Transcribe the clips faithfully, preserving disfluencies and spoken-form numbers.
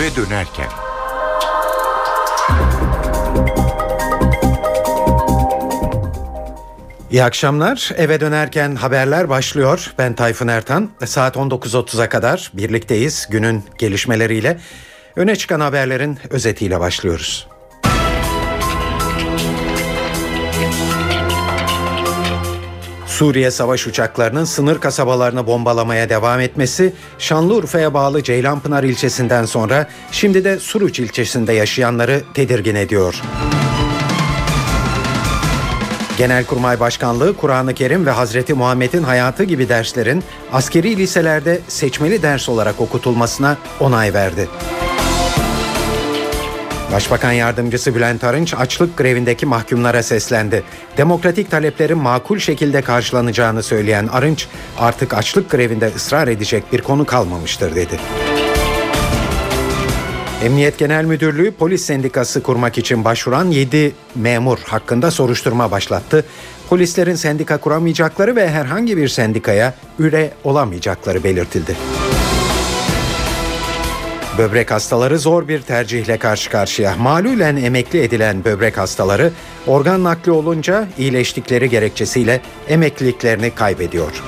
Eve dönerken. İyi akşamlar. Eve dönerken haberler başlıyor. Ben Tayfun Ertan. Saat on dokuz otuza kadar birlikteyiz günün gelişmeleriyle. Öne çıkan haberlerin özetiyle başlıyoruz. Suriye savaş uçaklarının sınır kasabalarını bombalamaya devam etmesi, Şanlıurfa'ya bağlı Ceylanpınar ilçesinden sonra şimdi de Suruç ilçesinde yaşayanları tedirgin ediyor. Genelkurmay Başkanlığı, Kur'an-ı Kerim ve Hazreti Muhammed'in hayatı gibi derslerin askeri liselerde seçmeli ders olarak okutulmasına onay verdi. Başbakan Yardımcısı Bülent Arınç açlık grevindeki mahkumlara seslendi. Demokratik taleplerin makul şekilde karşılanacağını söyleyen Arınç, artık açlık grevinde ısrar edecek bir konu kalmamıştır dedi. Emniyet Genel Müdürlüğü polis sendikası kurmak için başvuran yedi memur hakkında soruşturma başlattı. Polislerin sendika kuramayacakları ve herhangi bir sendikaya üye olamayacakları belirtildi. Böbrek hastaları zor bir tercihle karşı karşıya. Malulen emekli edilen böbrek hastaları organ nakli olunca iyileştikleri gerekçesiyle emekliliklerini kaybediyor.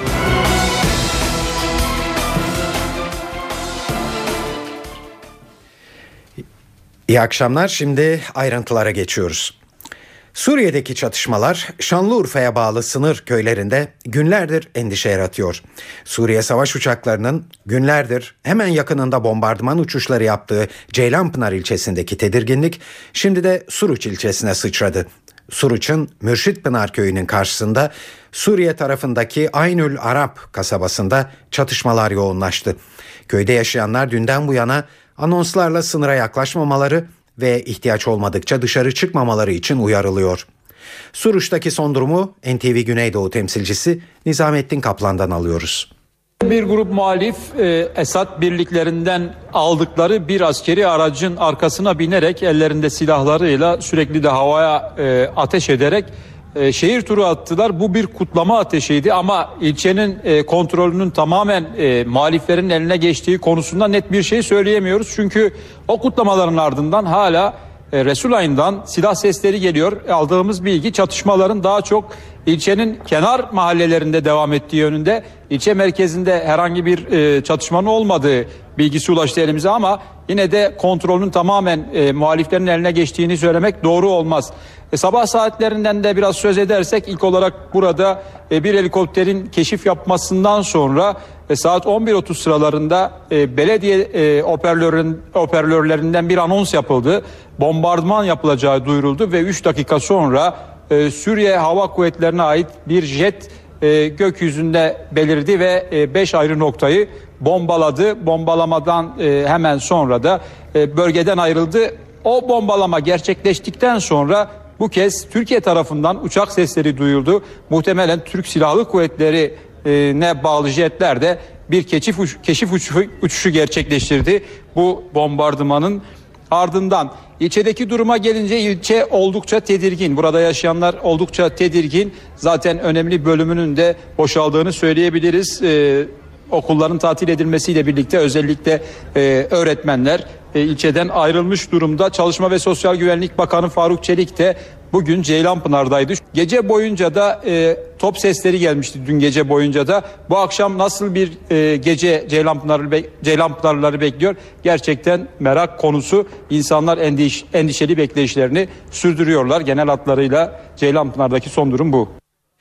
İyi akşamlar. Şimdi ayrıntılara geçiyoruz. Suriye'deki çatışmalar Şanlıurfa'ya bağlı sınır köylerinde günlerdir endişe yaratıyor. Suriye savaş uçaklarının günlerdir hemen yakınında bombardıman uçuşları yaptığı Ceylanpınar ilçesindeki tedirginlik şimdi de Suruç ilçesine sıçradı. Suruç'un Mürşitpınar köyünün karşısında Suriye tarafındaki Aynül Arap kasabasında çatışmalar yoğunlaştı. Köyde yaşayanlar dünden bu yana anonslarla sınıra yaklaşmamaları ve ihtiyaç olmadıkça dışarı çıkmamaları için uyarılıyor. Suruç'taki son durumu N T V Güneydoğu temsilcisi Nizamettin Kaplan'dan alıyoruz. Bir grup muhalif Esad birliklerinden aldıkları bir askeri aracın arkasına binerek ellerinde silahlarıyla sürekli de havaya ateş ederek şehir turu attılar. Bu bir kutlama ateşiydi ama ilçenin kontrolünün tamamen muhaliflerin eline geçtiği konusunda net bir şey söyleyemiyoruz. Çünkü o kutlamaların ardından hala Resulayn'dan silah sesleri geliyor. Aldığımız bilgi çatışmaların daha çok ilçenin kenar mahallelerinde devam ettiği yönünde. İlçe merkezinde herhangi bir çatışmanın olmadığı bilgisi ulaştı elimize ama yine de kontrolün tamamen e, muhaliflerin eline geçtiğini söylemek doğru olmaz. E, sabah saatlerinden de biraz söz edersek ilk olarak burada e, bir helikopterin keşif yapmasından sonra e, saat on bir otuz sıralarında e, belediye e, hoparlörün, hoparlörlerinden bir anons yapıldı. Bombardıman yapılacağı duyuruldu ve üç dakika sonra e, Suriye Hava Kuvvetleri'ne ait bir jet e, gökyüzünde belirdi ve beş e, ayrı noktayı bombaladı. Bombalamadan e, hemen sonra da e, bölgeden ayrıldı. O bombalama gerçekleştikten sonra bu kez Türkiye tarafından uçak sesleri duyuldu. Muhtemelen Türk Silahlı Kuvvetleri'ne bağlı jetler de bir keşif, uç, keşif uçuşu, uçuşu gerçekleştirdi bu bombardımanın ardından. İlçedeki duruma gelince ilçe oldukça tedirgin. Burada yaşayanlar oldukça tedirgin. Zaten önemli bölümünün de boşaldığını söyleyebiliriz. Ee, okulların tatil edilmesiyle birlikte özellikle e, öğretmenler e, ilçeden ayrılmış durumda. Çalışma ve Sosyal Güvenlik Bakanı Faruk Çelik de bugün Ceylanpınar'daydı. Gece boyunca da e, top sesleri gelmişti dün gece boyunca da. Bu akşam nasıl bir e, gece Ceylanpınar'ı Ceylanpınarlıları bekliyor? Gerçekten merak konusu. İnsanlar endiş, endişeli bekleyişlerini sürdürüyorlar. Genel hatlarıyla Ceylanpınar'daki son durum bu.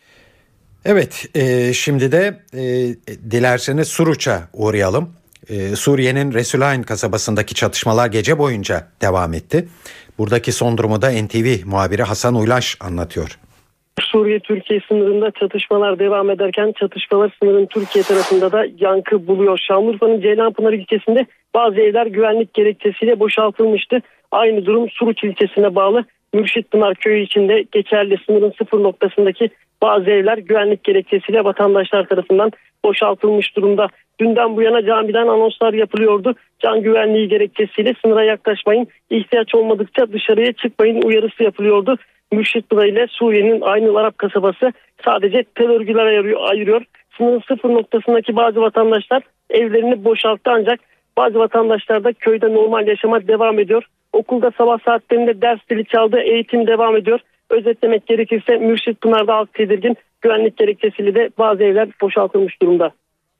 Evet, e, şimdi de e, dilerseniz Suruç'a uğrayalım. E, Suriye'nin Resulayn kasabasındaki çatışmalar gece boyunca devam etti. Buradaki son durumu da N T V muhabiri Hasan Uylaş anlatıyor. Suriye-Türkiye sınırında çatışmalar devam ederken çatışmalar sınırın Türkiye tarafında da yankı buluyor. Şanlıurfa'nın Ceylanpınar ilçesinde bazı evler güvenlik gerekçesiyle boşaltılmıştı. Aynı durum Suruç ilçesine bağlı Mürşitpınar köyü içinde geçerli. Sınırın sıfır noktasındaki bazı evler güvenlik gerekçesiyle vatandaşlar tarafından boşaltılmış durumda. Dünden bu yana camiden anonslar yapılıyordu. Can güvenliği gerekçesiyle sınıra yaklaşmayın, ihtiyaç olmadıkça dışarıya çıkmayın uyarısı yapılıyordu. Mürşitpınar ile Suriye'nin Aynül Arap kasabası sadece tel örgüler ayırıyor. Sınırın sıfır noktasındaki bazı vatandaşlar evlerini boşalttı ancak Bazı vatandaşlar da köyde normal yaşama devam ediyor. Okulda sabah saatlerinde ders zili çaldı, eğitim devam ediyor. Özetlemek gerekirse Mürşit Pınar'da halk tedirgin, güvenlik gerekçesiyle de bazı evler boşaltılmış durumda.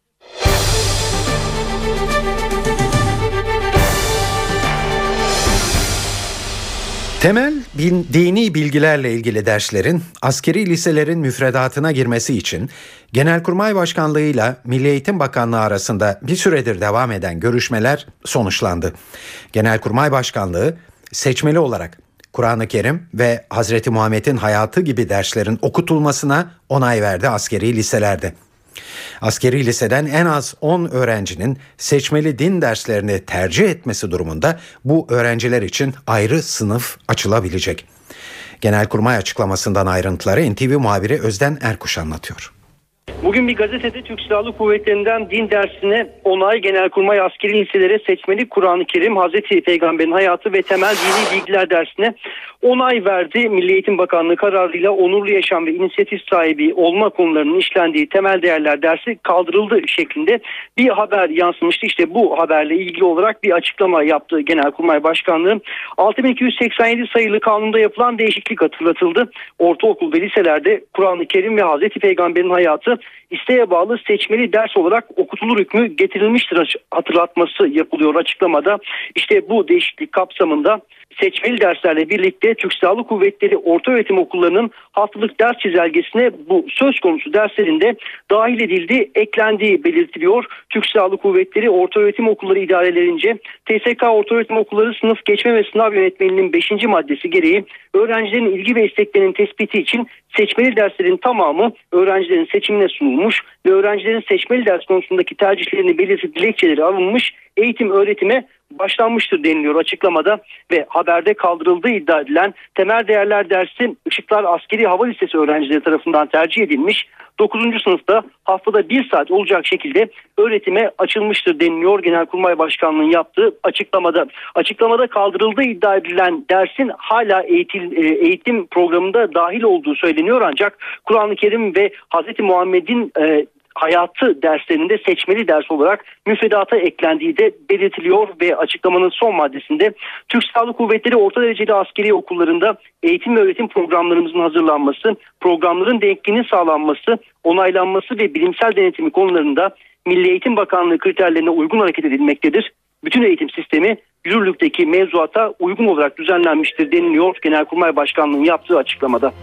Temel bin, dini bilgilerle ilgili derslerin askeri liselerin müfredatına girmesi için Genelkurmay Başkanlığı ile Milli Eğitim Bakanlığı arasında bir süredir devam eden görüşmeler sonuçlandı. Genelkurmay Başkanlığı seçmeli olarak Kur'an-ı Kerim ve Hazreti Muhammed'in hayatı gibi derslerin okutulmasına onay verdi askeri liselerde. Askeri liseden en az on öğrencinin seçmeli din derslerini tercih etmesi durumunda bu öğrenciler için ayrı sınıf açılabilecek. Genelkurmay açıklamasından ayrıntıları N T V muhabiri Özden Erkuş anlatıyor. Bugün bir gazetede Türk Silahlı Kuvvetleri'nden din dersine onay, Genelkurmay askeri liselere seçmeli Kur'an-ı Kerim, Hazreti Peygamber'in hayatı ve temel dini bilgiler dersine onay verdi. Milli Eğitim Bakanlığı kararıyla onurlu yaşam ve inisiyatif sahibi olma konularının işlendiği temel değerler dersi kaldırıldı şeklinde bir haber yansımıştı. İşte bu haberle ilgili olarak bir açıklama yaptı Genelkurmay Başkanlığı. altı bin iki yüz seksen yedi sayılı kanunda yapılan değişiklik hatırlatıldı. Ortaokul ve liselerde Kur'an-ı Kerim ve Hazreti Peygamber'in hayatı isteğe bağlı seçmeli ders olarak okutulur hükmü getirilmiştir hatırlatması yapılıyor açıklamada. İşte bu değişiklik kapsamında seçmeli derslerle birlikte Türk Silahlı Kuvvetleri Ortaöğretim Okulları'nın haftalık ders çizelgesine bu söz konusu derslerinde dahil edildiği, eklendiği belirtiliyor. Türk Silahlı Kuvvetleri Ortaöğretim Okulları idarelerince T S K Ortaöğretim Okulları Sınıf Geçme ve Sınav Yönetmeliğinin beşinci maddesi gereği öğrencilerin ilgi ve isteklerinin tespiti için seçmeli derslerin tamamı öğrencilerin seçimine sunulmuş ve öğrencilerin seçmeli ders konusundaki tercihlerini belirtip dilekçeleri alınmış, eğitim öğretime başlanmıştır deniliyor açıklamada ve haberde kaldırıldığı iddia edilen temel değerler dersi Işıklar Askeri Hava Lisesi öğrencileri tarafından tercih edilmiş. dokuzuncu sınıfta haftada bir saat olacak şekilde öğretime açılmıştır deniliyor Genelkurmay Başkanlığı'nın yaptığı açıklamada. Açıklamada kaldırıldığı iddia edilen dersin hala eğitim, eğitim programında dahil olduğu söyleniyor ancak Kur'an-ı Kerim ve Hazreti Muhammed'in e, hayatı derslerinde seçmeli ders olarak müfredata eklendiği de belirtiliyor ve açıklamanın son maddesinde Türk Silahlı Kuvvetleri orta dereceli askeri okullarında eğitim ve öğretim programlarımızın hazırlanması, programların denkliğinin sağlanması, onaylanması ve bilimsel denetimi konularında Milli Eğitim Bakanlığı kriterlerine uygun hareket edilmektedir. Bütün eğitim sistemi yürürlükteki mevzuata uygun olarak düzenlenmiştir deniliyor Genelkurmay Başkanlığı'nın yaptığı açıklamada.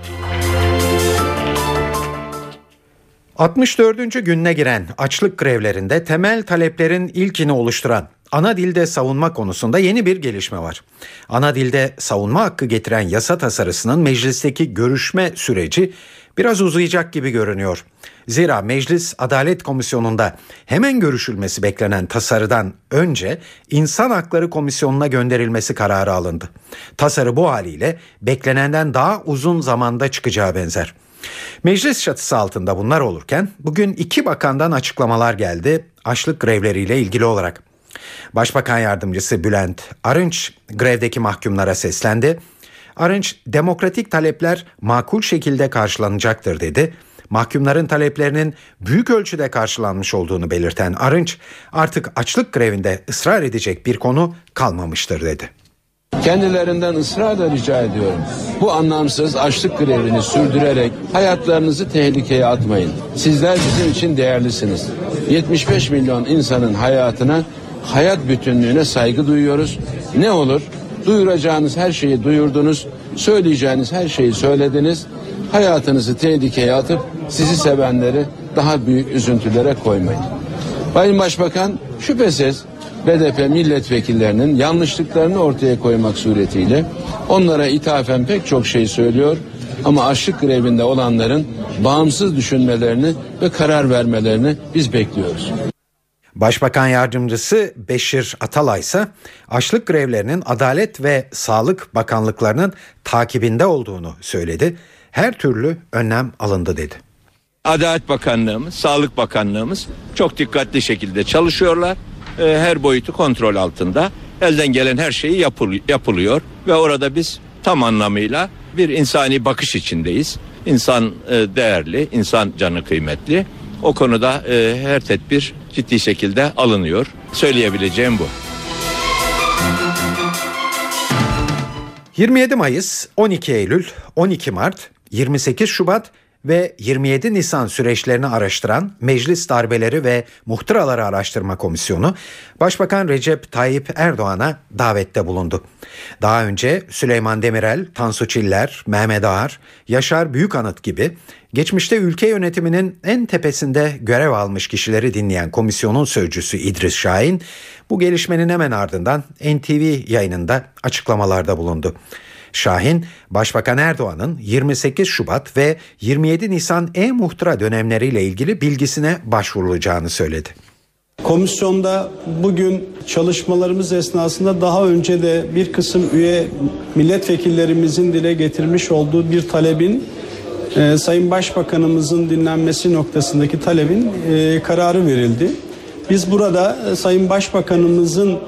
altmış dördüncü gününe giren açlık grevlerinde temel taleplerin ilkini oluşturan ana dilde savunma konusunda yeni bir gelişme var. Ana dilde savunma hakkı getiren yasa tasarısının meclisteki görüşme süreci biraz uzayacak gibi görünüyor. Zira Meclis Adalet Komisyonu'nda hemen görüşülmesi beklenen tasarıdan önce İnsan Hakları Komisyonu'na gönderilmesi kararı alındı. Tasarı bu haliyle beklenenden daha uzun zamanda çıkacağı benzer. Meclis çatısı altında bunlar olurken bugün iki bakandan açıklamalar geldi açlık grevleriyle ilgili olarak. Başbakan Yardımcısı Bülent Arınç grevdeki mahkumlara seslendi. Arınç, demokratik talepler makul şekilde karşılanacaktır dedi. Mahkumların taleplerinin büyük ölçüde karşılanmış olduğunu belirten Arınç, artık açlık grevinde ısrar edecek bir konu kalmamıştır dedi. Kendilerinden ısrarla rica ediyorum. Bu anlamsız açlık grevini sürdürerek hayatlarınızı tehlikeye atmayın. Sizler bizim için değerlisiniz. yetmiş beş milyon insanın hayatına, hayat bütünlüğüne saygı duyuyoruz. Ne olur? Duyuracağınız her şeyi duyurdunuz, söyleyeceğiniz her şeyi söylediniz. Hayatınızı tehlikeye atıp sizi sevenleri daha büyük üzüntülere koymayın. Sayın Başbakan şüphesiz B D P milletvekillerinin yanlışlıklarını ortaya koymak suretiyle onlara ithafen pek çok şey söylüyor ama açlık grevinde olanların bağımsız düşünmelerini ve karar vermelerini biz bekliyoruz. Başbakan Yardımcısı Beşir Atalay ise açlık grevlerinin Adalet ve Sağlık Bakanlıklarının takibinde olduğunu söyledi. Her türlü önlem alındı dedi. Adalet Bakanlığımız, Sağlık Bakanlığımız çok dikkatli şekilde çalışıyorlar. Her boyutu kontrol altında. Elden gelen her şeyi yapılıyor ve orada biz tam anlamıyla bir insani bakış içindeyiz. İnsan değerli, insan canı kıymetli. O konuda her tedbir ciddi şekilde alınıyor. Söyleyebileceğim bu. yirmi yedi Mayıs, on iki Eylül, on iki Mart, yirmi sekiz Şubat ve yirmi yedi Nisan süreçlerini araştıran Meclis Darbeleri ve Muhtıraları Araştırma Komisyonu, Başbakan Recep Tayyip Erdoğan'a davette bulundu. Daha önce Süleyman Demirel, Tansu Çiller, Mehmet Ağar, Yaşar Büyükanıt gibi geçmişte ülke yönetiminin en tepesinde görev almış kişileri dinleyen komisyonun sözcüsü İdris Şahin, bu gelişmenin hemen ardından N T V yayınında açıklamalarda bulundu. Şahin, Başbakan Erdoğan'ın yirmi sekiz Şubat ve yirmi yedi Nisan e-muhtıra dönemleriyle ilgili bilgisine başvurulacağını söyledi. Komisyonda bugün çalışmalarımız esnasında daha önce de bir kısım üye milletvekillerimizin dile getirmiş olduğu bir talebin, e, Sayın Başbakanımızın dinlenmesi noktasındaki talebin e, kararı verildi. Biz burada e, Sayın Başbakanımızın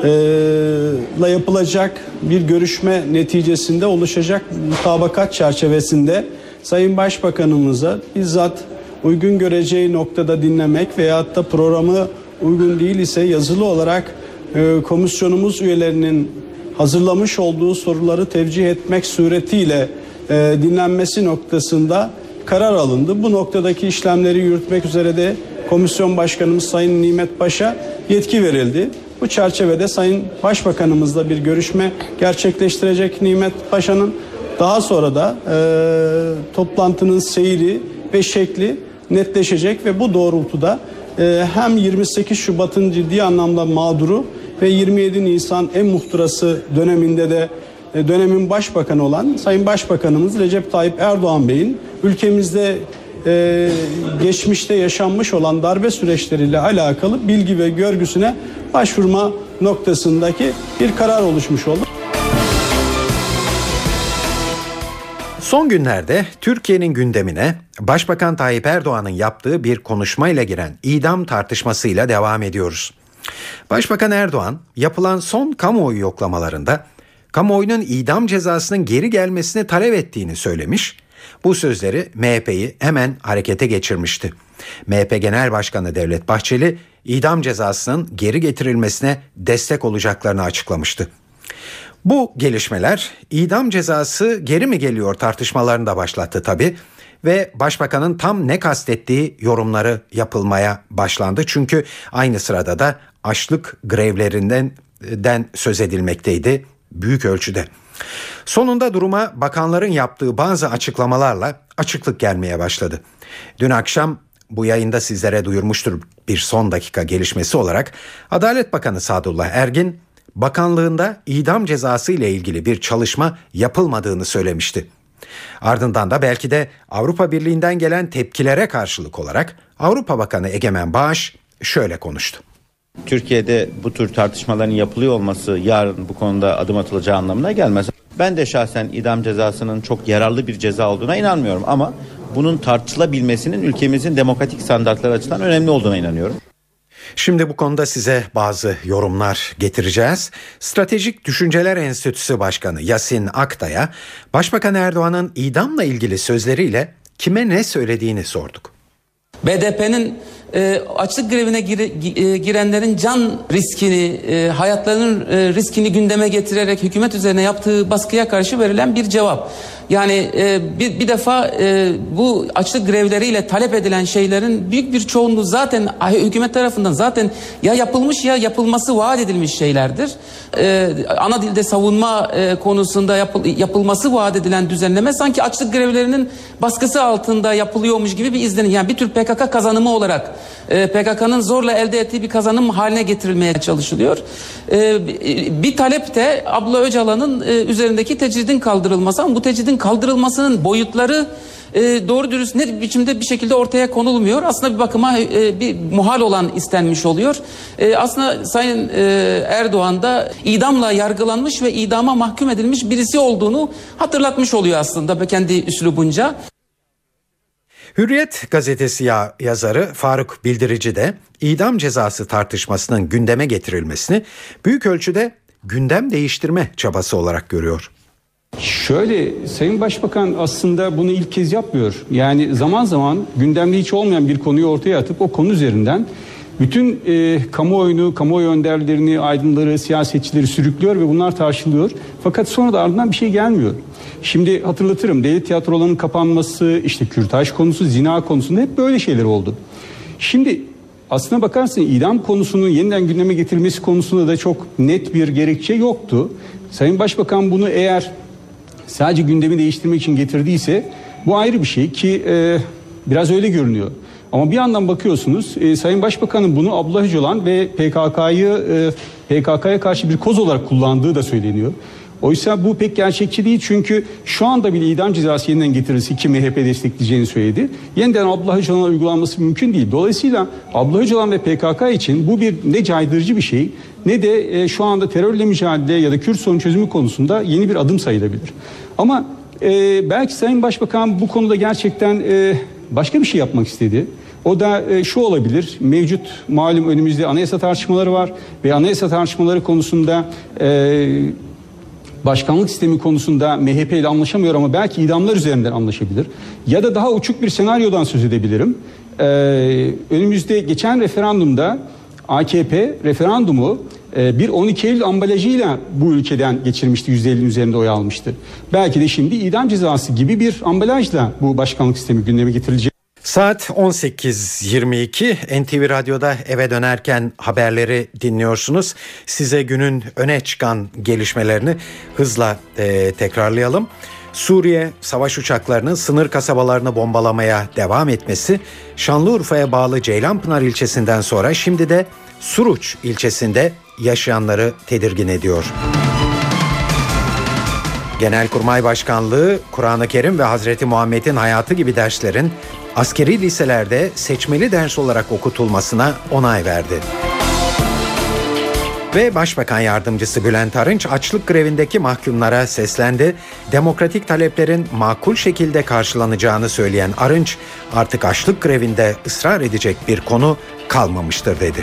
la yapılacak bir görüşme neticesinde oluşacak mutabakat çerçevesinde Sayın Başbakanımıza bizzat uygun göreceği noktada dinlemek veyahut da programı uygun değil ise yazılı olarak komisyonumuz üyelerinin hazırlamış olduğu soruları tevcih etmek suretiyle dinlenmesi noktasında karar alındı. Bu noktadaki işlemleri yürütmek üzere de Komisyon Başkanımız Sayın Nimet Paşa yetki verildi. Bu çerçevede Sayın Başbakanımızla bir görüşme gerçekleştirecek Nimet Paşa'nın. Daha sonra da e, toplantının seyri ve şekli netleşecek ve bu doğrultuda e, hem yirmi sekiz Şubat'ın ciddi anlamda mağduru ve yirmi yedi Nisan e-muhtırası döneminde de e, dönemin başbakanı olan Sayın Başbakanımız Recep Tayyip Erdoğan Bey'in ülkemizde Ee, geçmişte yaşanmış olan darbe süreçleriyle alakalı bilgi ve görgüsüne başvurma noktasındaki bir karar oluşmuş oldu. Son günlerde Türkiye'nin gündemine Başbakan Tayyip Erdoğan'ın yaptığı bir konuşmayla giren idam tartışmasıyla devam ediyoruz. Başbakan Erdoğan yapılan son kamuoyu yoklamalarında kamuoyunun idam cezasının geri gelmesini talep ettiğini söylemiş. Bu sözleri M H P'yi hemen harekete geçirmişti. M H P Genel Başkanı Devlet Bahçeli, idam cezasının geri getirilmesine destek olacaklarını açıklamıştı. Bu gelişmeler idam cezası geri mi geliyor tartışmalarını da başlattı tabii ve Başbakanın tam ne kastettiği yorumları yapılmaya başlandı. Çünkü aynı sırada da açlık grevlerinden den söz edilmekteydi büyük ölçüde. Sonunda duruma bakanların yaptığı bazı açıklamalarla açıklık gelmeye başladı. Dün akşam bu yayında sizlere duyurmuştur bir son dakika gelişmesi olarak Adalet Bakanı Sadullah Ergin, bakanlığında idam cezası ile ilgili bir çalışma yapılmadığını söylemişti. Ardından da belki de Avrupa Birliği'nden gelen tepkilere karşılık olarak Avrupa Bakanı Egemen Bağış şöyle konuştu. Türkiye'de bu tür tartışmaların yapılıyor olması yarın bu konuda adım atılacağı anlamına gelmez. Ben de şahsen idam cezasının çok yararlı bir ceza olduğuna inanmıyorum ama bunun tartışılabilmesinin ülkemizin demokratik standartları açısından önemli olduğuna inanıyorum. Şimdi bu konuda size bazı yorumlar getireceğiz. Stratejik Düşünceler Enstitüsü Başkanı Yasin Aktay'a Başbakan Erdoğan'ın idamla ilgili sözleriyle kime ne söylediğini sorduk. B D P'nin e, açlık grevine gire, e, girenlerin can riskini, e, hayatlarının e, riskini gündeme getirerek hükümet üzerine yaptığı baskıya karşı verilen bir cevap. Yani e, bir, bir defa e, bu açlık grevleriyle talep edilen şeylerin büyük bir çoğunluğu zaten hükümet tarafından zaten ya yapılmış ya yapılması vaat edilmiş şeylerdir. E, ana dilde savunma e, konusunda yapıl, yapılması vaat edilen düzenleme sanki açlık grevlerinin baskısı altında yapılıyormuş gibi bir izlenim. Yani bir tür P K K kazanımı olarak e, P K K'nın zorla elde ettiği bir kazanım haline getirilmeye çalışılıyor. E, bir talep de Abdullah Öcalan'ın e, üzerindeki tecridin kaldırılması, ama bu tecridin kaldırılmasının boyutları e, doğru dürüst net biçimde bir şekilde ortaya konulmuyor. Aslında bir bakıma e, bir muhal olan istenmiş oluyor. E, aslında Sayın e, Erdoğan da idamla yargılanmış ve idama mahkum edilmiş birisi olduğunu hatırlatmış oluyor aslında kendi üslubunca. Hürriyet gazetesi ya- yazarı Faruk Bildirici de idam cezası tartışmasının gündeme getirilmesini büyük ölçüde gündem değiştirme çabası olarak görüyor. Şöyle, Sayın Başbakan aslında bunu ilk kez yapmıyor. Yani zaman zaman gündemde hiç olmayan bir konuyu ortaya atıp o konu üzerinden bütün e, kamuoyunu, kamuoyu önderlerini, aydınları, siyasetçileri sürüklüyor ve bunlar tartışılıyor. Fakat sonra da ardından bir şey gelmiyor. Şimdi hatırlatırım, devlet tiyatrolarının kapanması, işte kürtaj konusu, zina konusunda hep böyle şeyler oldu. Şimdi aslına bakarsın idam konusunun yeniden gündeme getirilmesi konusunda da çok net bir gerekçe yoktu. Sayın Başbakan bunu eğer sadece gündemi değiştirmek için getirdiyse bu ayrı bir şey ki e, biraz öyle görünüyor. Ama bir yandan bakıyorsunuz e, Sayın Başbakan'ın bunu Abdullah Öcalan ve P K K'yı e, P K K'ya karşı bir koz olarak kullandığı da söyleniyor. Oysa bu pek gerçekçi değil çünkü şu anda bile idam cezası yeniden getirilse ki M H P destekleyeceğini söyledi. Yeniden Abdullah Öcalan'a uygulanması mümkün değil. Dolayısıyla Abdullah Öcalan ve P K K için bu bir ne caydırıcı bir şey ne de e, şu anda terörle mücadele ya da Kürt sorun çözümü konusunda yeni bir adım sayılabilir. Ama e, belki Sayın Başbakan bu konuda gerçekten e, başka bir şey yapmak istedi. O da e, şu olabilir, mevcut malum önümüzde anayasa tartışmaları var ve anayasa tartışmaları konusunda e, başkanlık sistemi konusunda M H P ile anlaşamıyor ama belki idamlar üzerinden anlaşabilir. Ya da daha uçuk bir senaryodan söz edebilirim. Ee, önümüzde geçen referandumda A K P referandumu e, bir on iki Eylül ambalajıyla bu ülkeden geçirmişti. yüzde ellinin üzerinde oy almıştı. Belki de şimdi idam cezası gibi bir ambalajla bu başkanlık sistemi gündeme getirilecek. Saat on sekiz yirmi iki N T V Radyo'da eve dönerken haberleri dinliyorsunuz. Size günün öne çıkan gelişmelerini hızla e, tekrarlayalım. Suriye savaş uçaklarının sınır kasabalarını bombalamaya devam etmesi, Şanlıurfa'ya bağlı Ceylanpınar ilçesinden sonra şimdi de Suruç ilçesinde yaşayanları tedirgin ediyor. Genelkurmay Başkanlığı, Kur'an-ı Kerim ve Hazreti Muhammed'in hayatı gibi derslerin askeri liselerde seçmeli ders olarak okutulmasına onay verdi. Ve Başbakan Yardımcısı Bülent Arınç açlık grevindeki mahkumlara seslendi. Demokratik taleplerin makul şekilde karşılanacağını söyleyen Arınç, artık açlık grevinde ısrar edecek bir konu kalmamıştır dedi.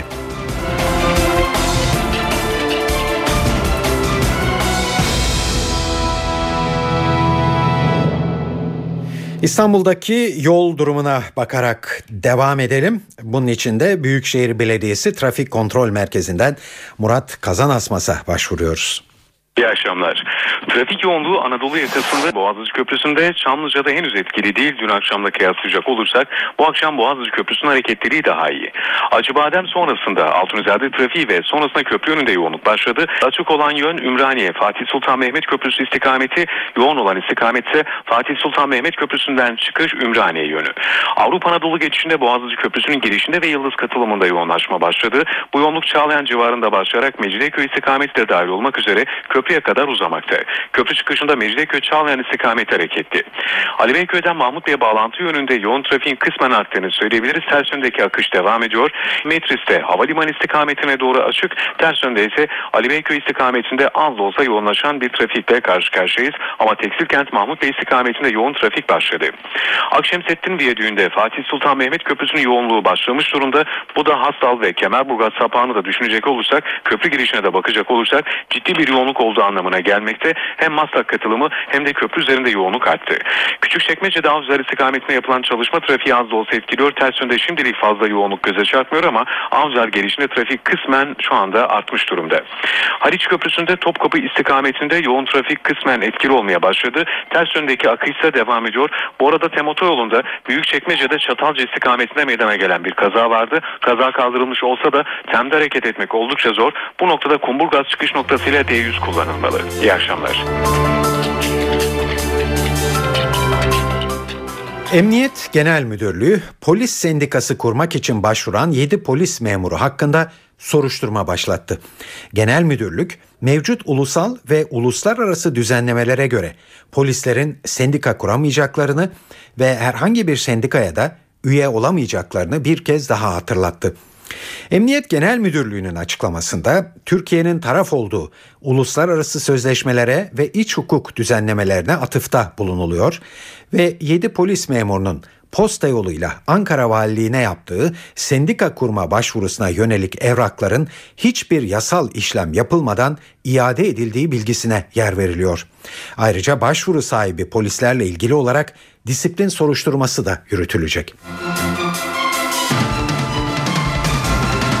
İstanbul'daki yol durumuna bakarak devam edelim. Bunun için de Büyükşehir Belediyesi Trafik Kontrol Merkezi'nden Murat Kazanasmas'a başvuruyoruz. İyi akşamlar. Trafik yoğunluğu Anadolu yakasında Boğaziçi Köprüsü'nde, Çamlıca'da henüz etkili değil. Dün akşamla kıyaslayacak olursak bu akşam Boğaziçi Köprüsü'nün hareketleri daha iyi. Acıbadem sonrasında Altunizade trafiği ve sonrasında köprü önünde yoğunluk başladı. Açık olan yön Ümraniye, Fatih Sultan Mehmet Köprüsü istikameti, yoğun olan istikametse Fatih Sultan Mehmet Köprüsü'nden çıkış Ümraniye yönü. Avrupa Anadolu geçişinde Boğaziçi Köprüsü'nün girişinde ve Yıldız katılımında yoğunlaşma başladı. Bu yoğunluk Çağlayan civarında başlayarak Mecidiyeköy istikameti de dahil olmak üzere köprüye kadar uzamakta. Köprü çıkışında Mecidiyeköy Çağlayan istikameti hareketli. Ali Beyköy'den Mahmut Bey'e bağlantı yönünde yoğun trafiğin kısmen arttığını söyleyebiliriz. Ters yöndeki akış devam ediyor. Metris'te havalimanı istikametine doğru açık. Ters yönde ise Ali Beyköy istikametinde az da olsa yoğunlaşan bir trafikle karşı karşıyayız. Ama Tekstilkent Mahmut Bey istikametinde yoğun trafik başladı. Akşemseddin Viyadüğü'nde Fatih Sultan Mehmet Köprüsü'nün yoğunluğu başlamış durumda. Bu da Hastal ve Kemerburgaz sapağını da düşünecek olursak, köprü girişine de bakacak olursak ciddi bir yoğunluk olduğu anlamına gelmekte. Hem Maslak katılımı hem de köprü üzerinde yoğunluk arttı. Küçükçekmece Avcılar istikametine yapılan çalışma trafiği az da olsa etkiliyor. Ters yönde şimdilik fazla yoğunluk göze çarpmıyor ama Avcılar gelişinde trafik kısmen şu anda artmış durumda. Haliç Köprüsü'nde Topkapı istikametinde yoğun trafik kısmen etkili olmaya başladı. Ters yöndeki akış ise devam ediyor. Bu arada Tem Otoyolu'nda Büyükçekmece'de Çatalca istikametine meydana gelen bir kaza vardı. Kaza kaldırılmış olsa da Tem'de hareket etmek oldukça zor. Bu noktada Kumburgaz çıkış noktasıyla D yüz kullanılmalı. İyi akşamlar. Emniyet Genel Müdürlüğü polis sendikası kurmak için başvuran yedi polis memuru hakkında soruşturma başlattı. Genel Müdürlük mevcut ulusal ve uluslararası düzenlemelere göre polislerin sendika kuramayacaklarını ve herhangi bir sendikaya da üye olamayacaklarını bir kez daha hatırlattı. Emniyet Genel Müdürlüğü'nün açıklamasında Türkiye'nin taraf olduğu uluslararası sözleşmelere ve iç hukuk düzenlemelerine atıfta bulunuluyor ve yedi polis memurunun posta yoluyla Ankara Valiliğine yaptığı sendika kurma başvurusuna yönelik evrakların hiçbir yasal işlem yapılmadan iade edildiği bilgisine yer veriliyor. Ayrıca başvuru sahibi polislerle ilgili olarak disiplin soruşturması da yürütülecek.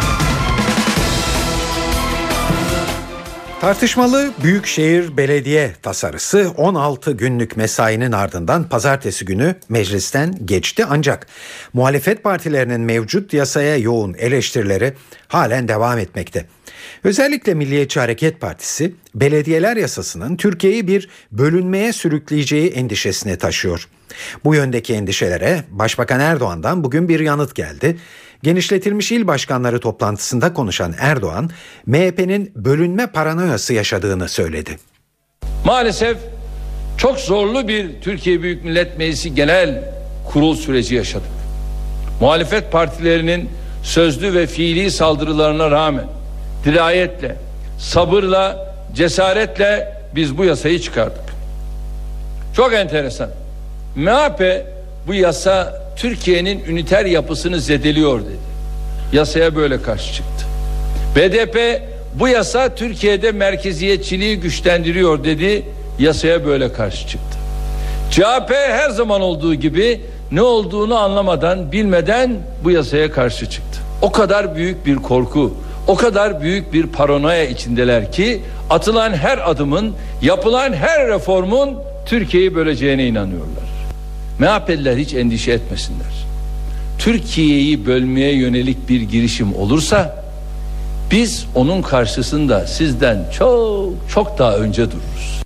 Tartışmalı Büyükşehir Belediye tasarısı on altı günlük mesainin ardından pazartesi günü meclisten geçti, ancak muhalefet partilerinin mevcut yasaya yoğun eleştirileri halen devam etmekte. Özellikle Milliyetçi Hareket Partisi belediyeler yasasının Türkiye'yi bir bölünmeye sürükleyeceği endişesini taşıyor. Bu yöndeki endişelere Başbakan Erdoğan'dan bugün bir yanıt geldi. Genişletilmiş il başkanları toplantısında konuşan Erdoğan, M H P'nin bölünme paranoyası yaşadığını söyledi. Maalesef çok zorlu bir Türkiye Büyük Millet Meclisi genel kurul süreci yaşadık. Muhalefet partilerinin sözlü ve fiili saldırılarına rağmen dirayetle, sabırla, cesaretle biz bu yasayı çıkardık. Çok enteresan. M H P bu yasa Türkiye'nin üniter yapısını zedeliyor dedi. Yasaya böyle karşı çıktı. B D P bu yasa Türkiye'de merkeziyetçiliği güçlendiriyor dedi. Yasaya böyle karşı çıktı. C H P her zaman olduğu gibi ne olduğunu anlamadan, bilmeden bu yasaya karşı çıktı. O kadar büyük bir korku, o kadar büyük bir paranoya içindeler ki atılan her adımın, yapılan her reformun Türkiye'yi böleceğine inanıyorlar. M H P'liler hiç endişe etmesinler. Türkiye'yi bölmeye yönelik bir girişim olursa biz onun karşısında sizden çok çok daha önce dururuz.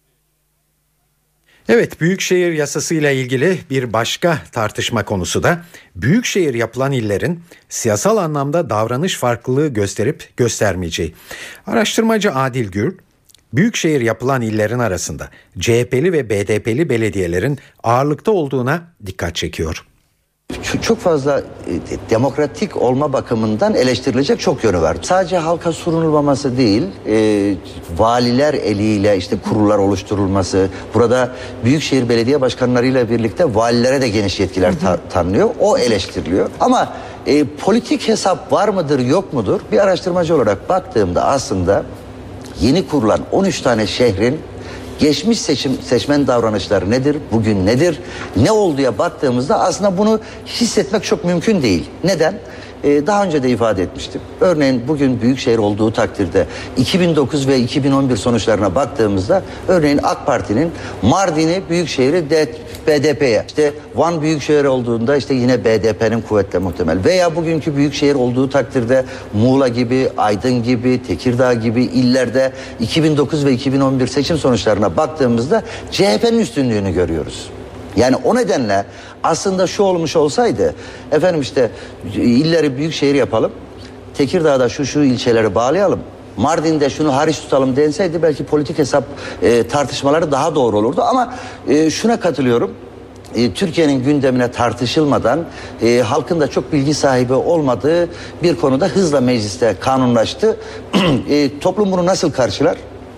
Evet, Büyükşehir Yasası ile ilgili bir başka tartışma konusu da büyükşehir yapılan illerin siyasal anlamda davranış farklılığı gösterip göstermeyeceği. Araştırmacı Adil Gür, büyükşehir yapılan illerin arasında C H P'li ve B D P'li belediyelerin ağırlıkta olduğuna dikkat çekiyor. Çok fazla demokratik olma bakımından eleştirilecek çok yönü var. Sadece halka sunulmaması değil, e, valiler eliyle işte kurullar oluşturulması, burada büyükşehir belediye başkanlarıyla birlikte valilere de geniş yetkiler ta- tanınıyor. O eleştiriliyor. Ama e, politik hesap var mıdır, yok mudur? Bir araştırmacı olarak baktığımda aslında yeni kurulan on üç tane şehrin geçmiş seçim seçmen davranışları nedir, bugün nedir, ne olduğuya baktığımızda aslında bunu hissetmek çok mümkün değil. Neden? Ee, daha önce de ifade etmiştim. Örneğin bugün büyükşehir olduğu takdirde iki bin dokuz ve iki bin on bir sonuçlarına baktığımızda örneğin AK Parti'nin Mardin'i büyükşehri B D P'ye, işte Van büyükşehir olduğunda işte yine B D P'nin kuvvetle muhtemel veya bugünkü büyükşehir olduğu takdirde Muğla gibi, Aydın gibi, Tekirdağ gibi illerde iki bin dokuz ve iki bin on bir seçim sonuçlarına baktığımızda C H P'nin üstünlüğünü görüyoruz. Yani o nedenle aslında şu olmuş olsaydı, efendim işte illeri büyükşehir yapalım, Tekirdağ'da şu şu ilçeleri bağlayalım, Mardin'de şunu hariç tutalım denseydi belki politik hesap e, tartışmaları daha doğru olurdu. Ama e, şuna katılıyorum, e, Türkiye'nin gündemine tartışılmadan e, halkın da çok bilgi sahibi olmadığı bir konuda hızla mecliste kanunlaştı. e, toplum bunu nasıl karşılar?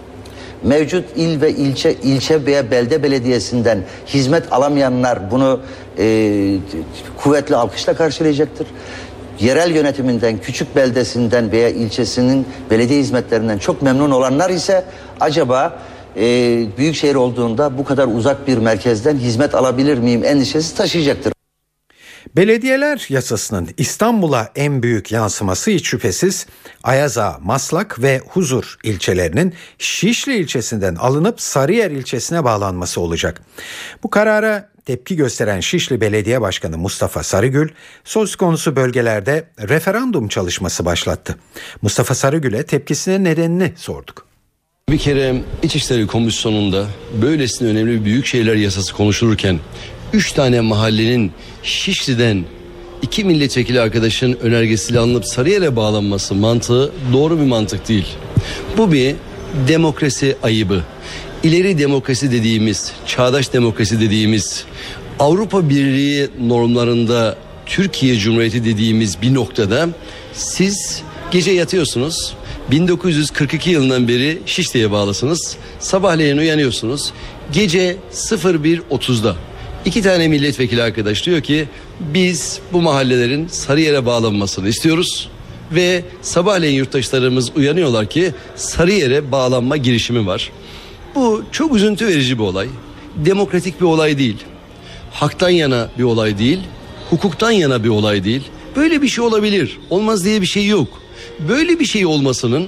Mevcut il ve ilçe ilçe veya belde belediyesinden hizmet alamayanlar bunu e, kuvvetli alkışla karşılayacaktır. Yerel yönetiminden, küçük beldesinden veya ilçesinin belediye hizmetlerinden çok memnun olanlar ise acaba e, büyükşehir olduğunda bu kadar uzak bir merkezden hizmet alabilir miyim endişesi taşıyacaktır. Belediyeler yasasının İstanbul'a en büyük yansıması hiç şüphesiz Ayaza, Maslak ve Huzur ilçelerinin Şişli ilçesinden alınıp Sarıyer ilçesine bağlanması olacak. Bu karara tepki gösteren Şişli Belediye Başkanı Mustafa Sarıgül, söz konusu bölgelerde referandum çalışması başlattı. Mustafa Sarıgül'e tepkisinin nedenini sorduk. Bir kere İçişleri Komisyonu'nda böylesine önemli bir büyükşehirler yasası konuşulurken üç tane mahallenin Şişli'den iki milletvekili arkadaşın önergesiyle alınıp Sarıyer'e bağlanması mantığı doğru bir mantık değil. Bu bir demokrasi ayıbı. İleri demokrasi dediğimiz, çağdaş demokrasi dediğimiz, Avrupa Birliği normlarında Türkiye Cumhuriyeti dediğimiz bir noktada siz gece yatıyorsunuz. bin dokuz yüz kırk iki yılından beri Şişli'ye bağlısınız. Sabahleyin uyanıyorsunuz. Gece bir otuzda iki tane milletvekili arkadaş diyor ki biz bu mahallelerin Sarıyer'e bağlanmasını istiyoruz. Ve sabahleyin yurttaşlarımız uyanıyorlar ki Sarıyer'e bağlanma girişimi var. Bu çok üzüntü verici bir olay. Demokratik bir olay değil. Haktan yana bir olay değil. Hukuktan yana bir olay değil. Böyle bir şey olabilir. Olmaz diye bir şey yok. Böyle bir şey olmasının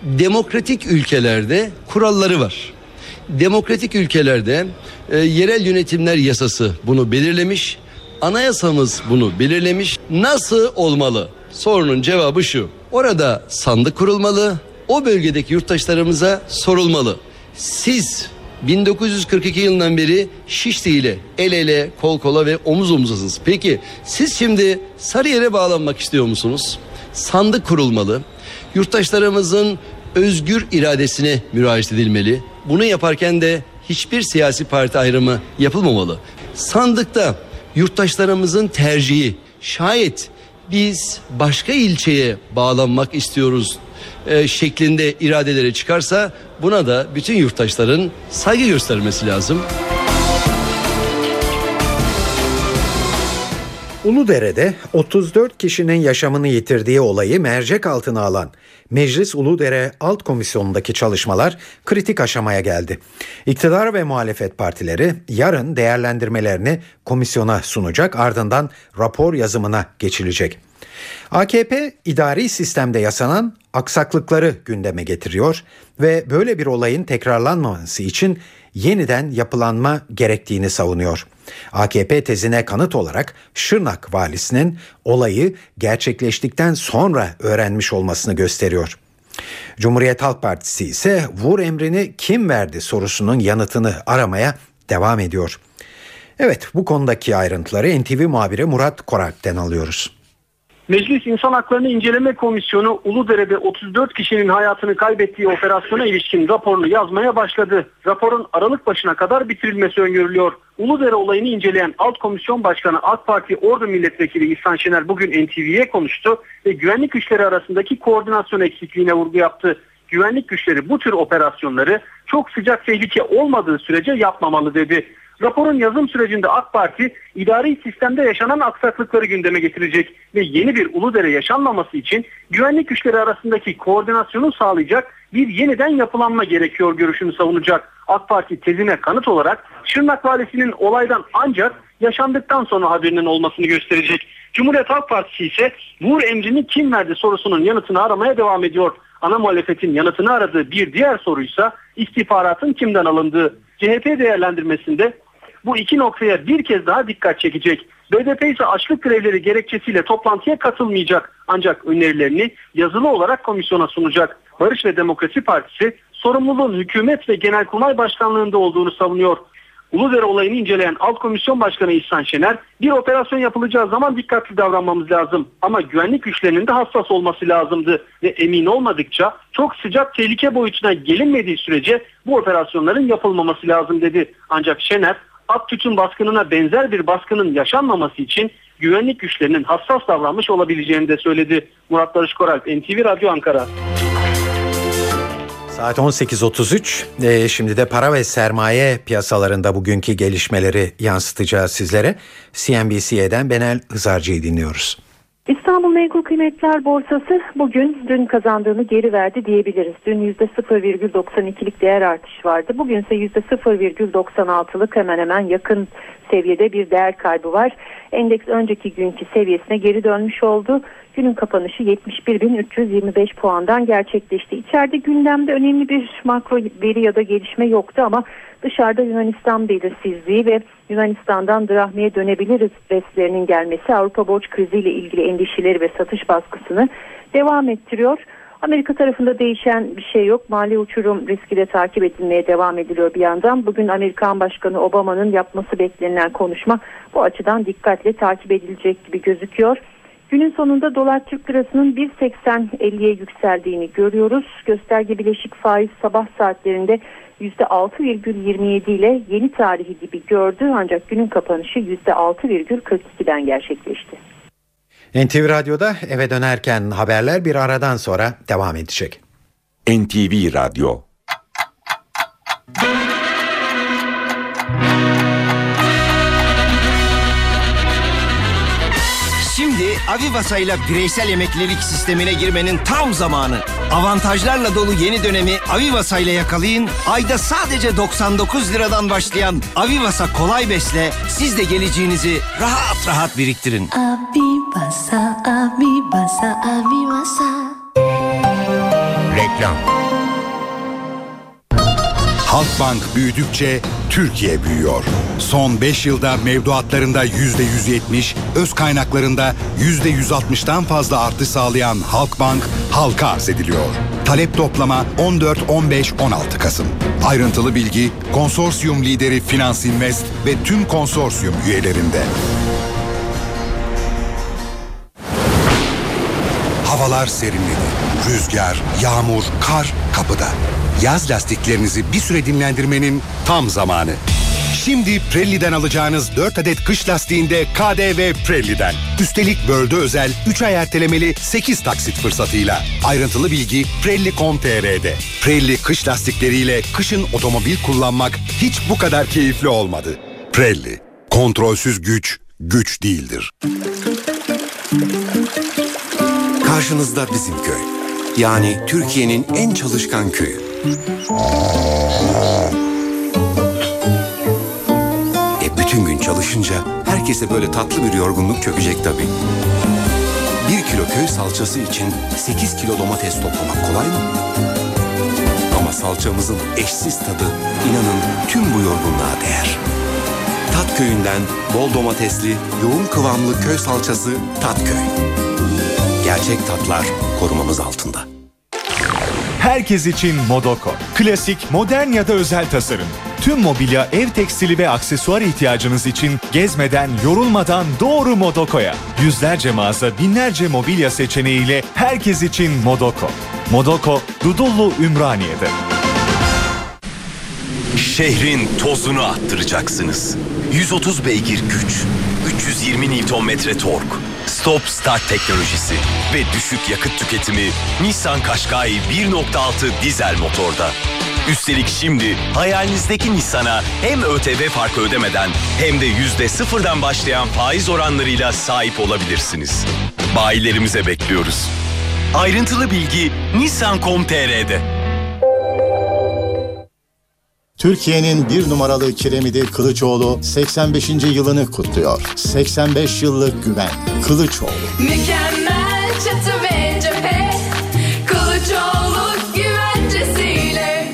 Demokratik ülkelerde kuralları var. Demokratik ülkelerde e, yerel yönetimler yasası bunu belirlemiş. Anayasamız bunu belirlemiş. Nasıl olmalı? Sorunun cevabı şu. Orada sandık kurulmalı. O bölgedeki yurttaşlarımıza sorulmalı. Siz bin dokuz yüz kırk iki yılından beri Şişli ile el ele, kol kola ve omuz omuzasınız. Peki siz şimdi Sarıyer'e bağlanmak istiyor musunuz? Sandık kurulmalı. Yurttaşlarımızın özgür iradesine müracaat edilmeli. Bunu yaparken de hiçbir siyasi parti ayrımı yapılmamalı. Sandıkta yurttaşlarımızın tercihi, şayet biz başka ilçeye bağlanmak istiyoruz e, şeklinde iradeleri çıkarsa buna da bütün yurttaşların saygı göstermesi lazım. Uludere'de otuz dört kişinin yaşamını yitirdiği olayı mercek altına alan Meclis Uludere Alt Komisyonu'ndaki çalışmalar kritik aşamaya geldi. İktidar ve muhalefet partileri yarın değerlendirmelerini komisyona sunacak, ardından rapor yazımına geçilecek. A K P idari sistemde yaşanan aksaklıkları gündeme getiriyor ve böyle bir olayın tekrarlanmaması için yeniden yapılanma gerektiğini savunuyor. A K P tezine kanıt olarak Şırnak valisinin olayı gerçekleştikten sonra öğrenmiş olmasını gösteriyor. Cumhuriyet Halk Partisi ise vur emrini kim verdi sorusunun yanıtını aramaya devam ediyor. Evet, bu konudaki ayrıntıları N T V muhabiri Murat Korak'ten alıyoruz. Meclis İnsan Haklarını İnceleme Komisyonu Uludere'de otuz dört kişinin hayatını kaybettiği operasyona ilişkin raporunu yazmaya başladı. Raporun Aralık başına kadar bitirilmesi öngörülüyor. Uludere olayını inceleyen Alt Komisyon Başkanı AK Parti Ordu Milletvekili İhsan Şener bugün N T V'ye konuştu ve güvenlik güçleri arasındaki koordinasyon eksikliğine vurgu yaptı. Güvenlik güçleri bu tür operasyonları çok sıcak tehlike olmadığı sürece yapmamalı dedi. Raporun yazım sürecinde AK Parti idari sistemde yaşanan aksaklıkları gündeme getirecek ve yeni bir Uludere yaşanmaması için güvenlik güçleri arasındaki koordinasyonu sağlayacak bir yeniden yapılanma gerekiyor görüşünü savunacak. AK Parti tezine kanıt olarak Şırnak valisinin olaydan ancak yaşandıktan sonra haberinin olmasını gösterecek. Cumhuriyet Halk Partisi ise vur emrini kim verdi sorusunun yanıtını aramaya devam ediyor. Ana muhalefetin yanıtını aradığı bir diğer soruysa istihbaratın kimden alındığı. C H P değerlendirmesinde bu iki noktaya bir kez daha dikkat çekecek. B D P ise açlık grevleri gerekçesiyle toplantıya katılmayacak. Ancak önerilerini yazılı olarak komisyona sunacak. Barış ve Demokrasi Partisi sorumluluğun hükümet ve Genelkurmay Başkanlığı'nda olduğunu savunuyor. Uludere olayını inceleyen Alt Komisyon Başkanı İhsan Şener, bir operasyon yapılacağı zaman dikkatli davranmamız lazım. Ama güvenlik güçlerinin de hassas olması lazımdı. Ve emin olmadıkça çok sıcak tehlike boyutuna gelinmediği sürece bu operasyonların yapılmaması lazım dedi. Ancak Şener, Ak Tütün baskınına benzer bir baskının yaşanmaması için güvenlik güçlerinin hassas davranmış olabileceğini de söyledi. Murat Barış Koralp, N T V Radyo Ankara. Saat on sekiz otuz üç. Ee, şimdi de para ve sermaye piyasalarında bugünkü gelişmeleri yansıtacağız sizlere. C N B C'den Benel Hızarcı'yı dinliyoruz. İstanbul Menkul Kıymetler Borsası bugün dün kazandığını geri verdi diyebiliriz. Dün yüzde sıfır virgül doksan ikilik değer artışı vardı. Bugün ise yüzde sıfır virgül doksan altılık hemen hemen yakın seviyede bir değer kaybı var. Endeks önceki günkü seviyesine geri dönmüş oldu. Günün kapanışı yetmiş bir bin üç yüz yirmi beş puandan gerçekleşti. İçeride gündemde önemli bir makro veri ya da gelişme yoktu ama dışarıda Yunanistan belirsizliği ve Yunanistan'dan drahmiye dönebiliriz beslerinin gelmesi Avrupa borç kriziyle ilgili endişeleri ve satış baskısını devam ettiriyor. Amerika tarafında değişen bir şey yok. Mali uçurum riski de takip edilmeye devam ediliyor bir yandan. Bugün Amerikan Başkanı Obama'nın yapması beklenilen konuşma bu açıdan dikkatle takip edilecek gibi gözüküyor. Günün sonunda dolar Türk lirasının bir seksen elliye yükseldiğini görüyoruz. Gösterge bileşik faiz sabah saatlerinde yüzde altı virgül yirmi yedi ile yeni tarihi dibi gördü. Ancak günün kapanışı yüzde altı virgül kırk ikiden gerçekleşti. N T V Radyo'da eve dönerken haberler bir aradan sonra devam edecek. N T V Radyo. Şimdi Avivasa ile bireysel emeklilik sistemine girmenin tam zamanı. Avantajlarla dolu yeni dönemi Avivasa ile yakalayın. Ayda sadece doksan dokuz liradan başlayan Avivasa Kolay Bes'le siz de geleceğinizi rahat rahat biriktirin. Avivasa, Avivasa, Avivasa. Reklam. Halkbank büyüdükçe Türkiye büyüyor. Son beş yılda mevduatlarında yüzde yüz yetmiş, öz kaynaklarında yüzde yüz altmıştan fazla artış sağlayan Halkbank halka arz ediliyor. Talep toplama on dört, on beş, on altı Kasım. Ayrıntılı bilgi konsorsiyum lideri Finans Invest ve tüm konsorsiyum üyelerinde. Havalar serinledi. Rüzgar, yağmur, kar kapıda. Yaz lastiklerinizi bir süre dinlendirmenin tam zamanı. Şimdi Pirelli'den alacağınız dört adet kış lastiğinde K D V Pirelli'den. Üstelik World'e özel üç ay ertelemeli sekiz taksit fırsatıyla. Ayrıntılı bilgi Pirelli nokta com nokta t r'de. Pirelli kış lastikleriyle kışın otomobil kullanmak hiç bu kadar keyifli olmadı. Pirelli, kontrolsüz güç, güç değildir. Karşınızda bizim köy. Yani Türkiye'nin en çalışkan köyü. E bütün gün çalışınca herkese böyle tatlı bir yorgunluk çökecek tabii. Bir kilo köy salçası için sekiz kilo domates toplamak kolay mı? Ama salçamızın eşsiz tadı inanın tüm bu yorgunluğa değer. Tat Köyü'nden bol domatesli, yoğun kıvamlı köy salçası Tatköy. Gerçek tatlar korumamız altında. Herkes için Modoko. Klasik, modern ya da özel tasarım. Tüm mobilya, ev tekstili ve aksesuar ihtiyacınız için gezmeden, yorulmadan doğru Modoko'ya. Yüzlerce mağaza, binlerce mobilya seçeneğiyle herkes için Modoko. Modoko, Dudullu Ümraniye'de. Şehrin tozunu attıracaksınız. yüz otuz beygir güç, üç yüz yirmi Newton metre tork, stop start teknolojisi ve düşük yakıt tüketimi Nissan Qashqai bir nokta altı dizel motorda. Üstelik şimdi hayalinizdeki Nissan'a hem ÖTV farkı ödemeden hem de yüzde sıfırdan başlayan faiz oranlarıyla sahip olabilirsiniz. Bayilerimize bekliyoruz. Ayrıntılı bilgi nissan nokta com nokta t r'de. Türkiye'nin bir numaralı kiremidi Kılıçoğlu seksen beşinci yılını kutluyor. seksen beş yıllık güven. Kılıçoğlu. Mükemmel çatı ve cephe, Kılıçoğlu güvencesiyle.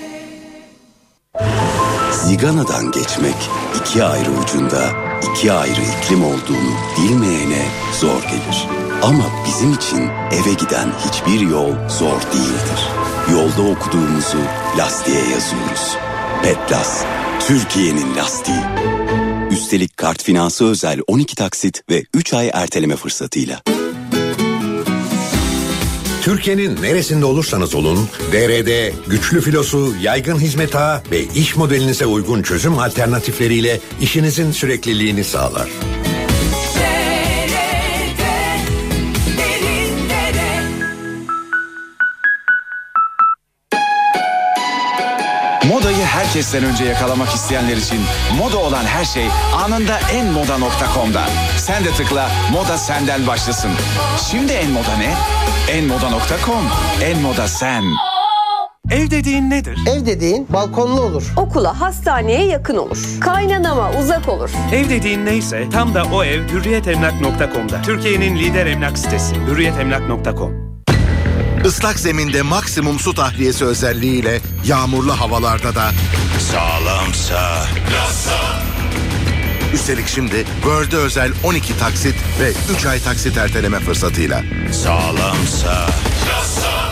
Zigana'dan geçmek iki ayrı ucunda iki ayrı iklim olduğunu bilmeyene zor gelir. Ama bizim için eve giden hiçbir yol zor değildir. Yolda okuduğumuzu lastiğe yazıyoruz. Petlas, Türkiye'nin lastiği. Üstelik kart finansı özel on iki taksit ve üç ay erteleme fırsatıyla. Türkiye'nin neresinde olursanız olun, D R D güçlü filosu, yaygın hizmet ağı ve iş modelinize uygun çözüm alternatifleriyle işinizin sürekliliğini sağlar. Modayı herkesten önce yakalamak isteyenler için moda olan her şey anında en moda nokta com'da. Sen de tıkla, moda senden başlasın. Şimdi en moda ne? en moda nokta com. En moda sen. Ev dediğin nedir? Ev dediğin balkonlu olur. Okula, hastaneye yakın olur. Kaynanama uzak olur. Ev dediğin neyse tam da o ev hürriyet emlak nokta com'da. Türkiye'nin lider emlak sitesi hürriyet emlak nokta com. Islak zeminde maksimum su tahliyesi özelliğiyle yağmurlu havalarda da sağlamsa lassa. Üstelik şimdi World'e özel on iki taksit ve üç ay taksit erteleme fırsatıyla sağlamsa lassa.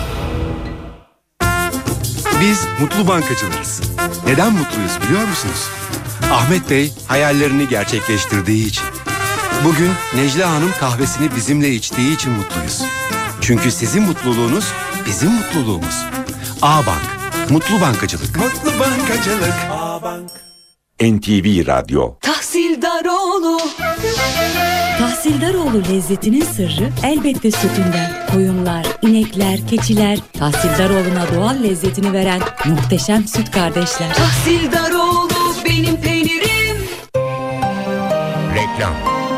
Biz mutlu bankacılarız. Neden mutluyuz biliyor musunuz? Ahmet Bey hayallerini gerçekleştirdiği için. Bugün Necla Hanım kahvesini bizimle içtiği için mutluyuz. Çünkü sizin mutluluğunuz bizim mutluluğumuz. A-Bank, mutlu bankacılık. Mutlu bankacılık. A-Bank. N T V Radyo. Tahsildaroğlu. Tahsildaroğlu lezzetinin sırrı elbette sütünden. Koyunlar, inekler, keçiler, Tahsildaroğlu'na doğal lezzetini veren muhteşem süt kardeşler. Tahsildaroğlu benim peynirim. Reklam.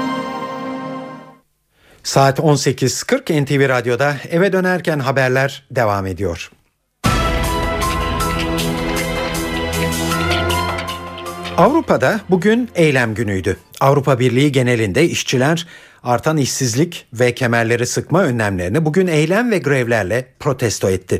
Saat on sekiz kırk N T V Radyo'da eve dönerken haberler devam ediyor. Avrupa'da bugün eylem günüydü. Avrupa Birliği genelinde işçiler artan işsizlik ve kemerleri sıkma önlemlerini bugün eylem ve grevlerle protesto etti.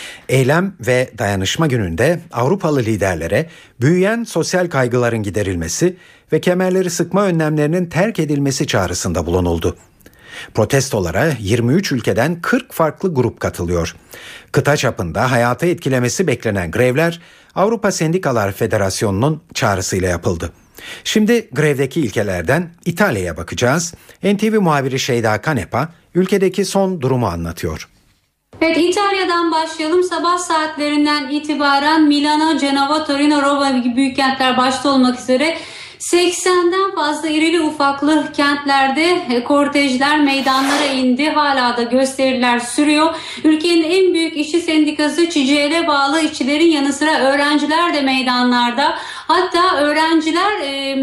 Eylem ve dayanışma gününde Avrupalı liderlere büyüyen sosyal kaygıların giderilmesi ve kemerleri sıkma önlemlerinin terk edilmesi çağrısında bulunuldu. Protestolara yirmi üç ülkeden kırk farklı grup katılıyor. Kıta çapında hayatı etkilemesi beklenen grevler Avrupa Sendikalar Federasyonu'nun çağrısıyla yapıldı. Şimdi grevdeki ilkelerden İtalya'ya bakacağız. N T V muhabiri Şeyda Kanepa ülkedeki son durumu anlatıyor. Evet, İtalya'dan başlayalım. Sabah saatlerinden itibaren Milano, Cenova, Torino, Roma gibi büyük kentler başta olmak üzere seksenden fazla irili ufaklı kentlerde kortejler meydanlara indi. Hala da gösteriler sürüyor. Ülkenin en büyük işçi sendikası C G L'e bağlı işçilerin yanı sıra öğrenciler de meydanlarda. Hatta öğrenciler e,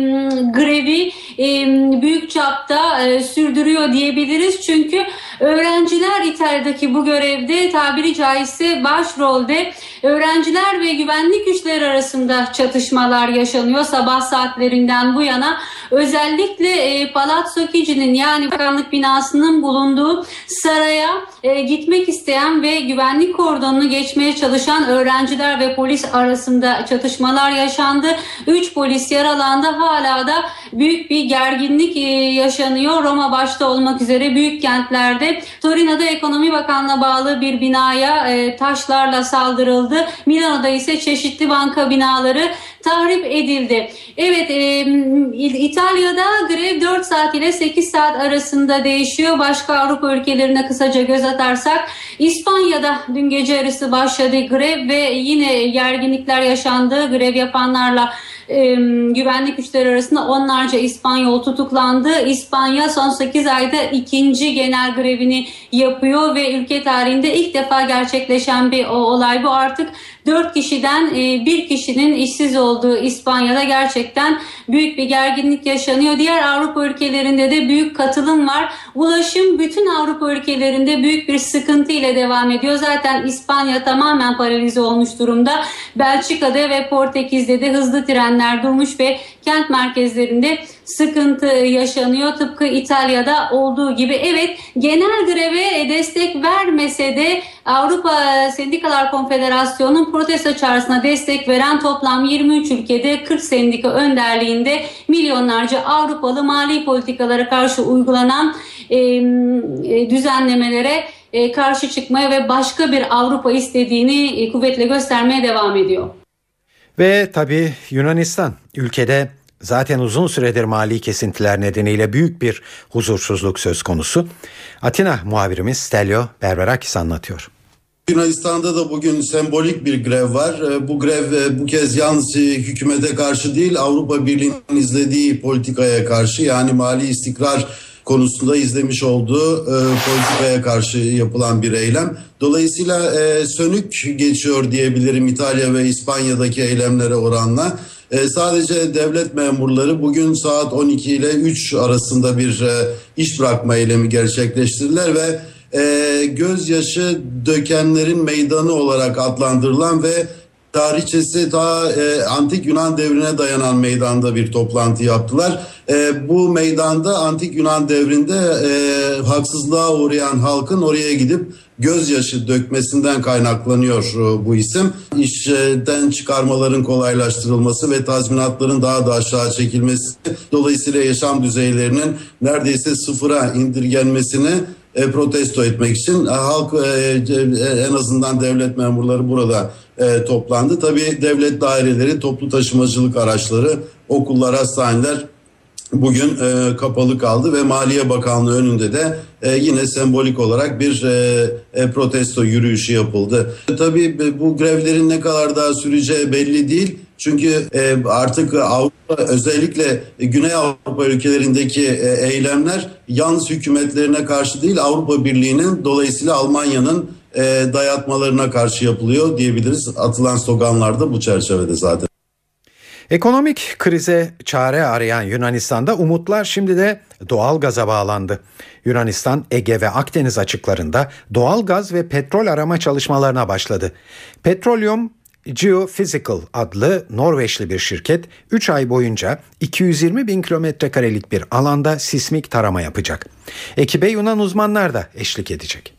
grevi e, büyük çapta e, sürdürüyor diyebiliriz. Çünkü öğrenciler İtalya'daki bu görevde tabiri caizse başrolde. Öğrenciler ve güvenlik güçleri arasında çatışmalar yaşanıyor sabah saatlerinden bu yana. Özellikle e, Palazzo Chigi'nin yani bakanlık binasının bulunduğu saraya e, gitmek isteyen ve güvenlik kordonunu geçmeye çalışan öğrenciler ve polis arasında çatışmalar yaşandı. Üç polis yaralandı. Hala da büyük bir gerginlik e, yaşanıyor. Roma başta olmak üzere büyük kentlerde. Torino'da Ekonomi Bakanlığı'na bağlı bir binaya e, taşlarla saldırıldı. Milano'da ise çeşitli banka binaları tahrip edildi. Evet, e, İtalya'da grev dört saat ile sekiz saat arasında değişiyor. Başka Avrupa ülkelerine kısaca göz atarsak İspanya'da dün gece yarısı başladı grev ve yine gerginlikler yaşandı. Grev yapanlarla e, güvenlik güçleri arasında onlarca İspanyol tutuklandı. İspanya son sekiz ayda ikinci genel grevini yapıyor ve ülke tarihinde ilk defa gerçekleşen bir o, olay bu. Artık dört kişiden bir kişinin işsiz olduğu İspanya'da gerçekten büyük bir gerginlik yaşanıyor. Diğer Avrupa ülkelerinde de büyük katılım var. Ulaşım bütün Avrupa ülkelerinde büyük bir sıkıntı ile devam ediyor. Zaten İspanya tamamen paralize olmuş durumda. Belçika'da ve Portekiz'de de hızlı trenler durmuş ve kent merkezlerinde sıkıntı yaşanıyor. Tıpkı İtalya'da olduğu gibi. Evet, genel greve destek vermese de Avrupa Sendikalar Konfederasyonu'nun protesto çağrısına destek veren toplam yirmi üç ülkede kırk sendika önderliğinde milyonlarca Avrupalı mali politikalara karşı uygulanan e, düzenlemelere e, karşı çıkmaya ve başka bir Avrupa istediğini e, kuvvetle göstermeye devam ediyor. Ve tabii Yunanistan ülkede zaten uzun süredir mali kesintiler nedeniyle büyük bir huzursuzluk söz konusu. Atina muhabirimiz Stelio Berberakis anlatıyor. Yunanistan'da da bugün sembolik bir grev var. Bu grev bu kez yalnız hükümete karşı değil, Avrupa Birliği'nin izlediği politikaya karşı, yani mali istikrar konusunda izlemiş olduğu e, politikaya karşı yapılan bir eylem. Dolayısıyla e, sönük geçiyor diyebilirim İtalya ve İspanya'daki eylemlere oranla. E, sadece devlet memurları bugün saat on iki ile üç arasında bir e, iş bırakma eylemi gerçekleştirdiler ve e, gözyaşı dökenlerin meydanı olarak adlandırılan ve tarihçesi ta e, antik Yunan devrine dayanan meydanda bir toplantı yaptılar. E, bu meydanda antik Yunan devrinde e, haksızlığa uğrayan halkın oraya gidip gözyaşı dökmesinden kaynaklanıyor e, bu isim. İşten çıkarmaların kolaylaştırılması ve tazminatların daha da aşağı çekilmesi, dolayısıyla yaşam düzeylerinin neredeyse sıfıra indirgenmesini e, protesto etmek için e, halk e, en azından devlet memurları burada e, toplandı. Tabii devlet daireleri, toplu taşımacılık araçları, okullar, hastaneler bugün e, kapalı kaldı ve Maliye Bakanlığı önünde de e, yine sembolik olarak bir e, e, protesto yürüyüşü yapıldı. E, tabii bu grevlerin ne kadar daha süreceği belli değil. Çünkü e, artık Avrupa, özellikle Güney Avrupa ülkelerindeki e, eylemler yalnız hükümetlerine karşı değil, Avrupa Birliği'nin, dolayısıyla Almanya'nın e, dayatmalarına karşı yapılıyor diyebiliriz. Atılan sloganlar da bu çerçevede zaten. Ekonomik krize çare arayan Yunanistan'da umutlar şimdi de doğal gaza bağlandı. Yunanistan, Ege ve Akdeniz açıklarında doğal gaz ve petrol arama çalışmalarına başladı. Petroleum Geophysical adlı Norveçli bir şirket üç ay boyunca iki yüz yirmi bin kilometre karelik bir alanda sismik tarama yapacak. Ekibe Yunan uzmanlar da eşlik edecek.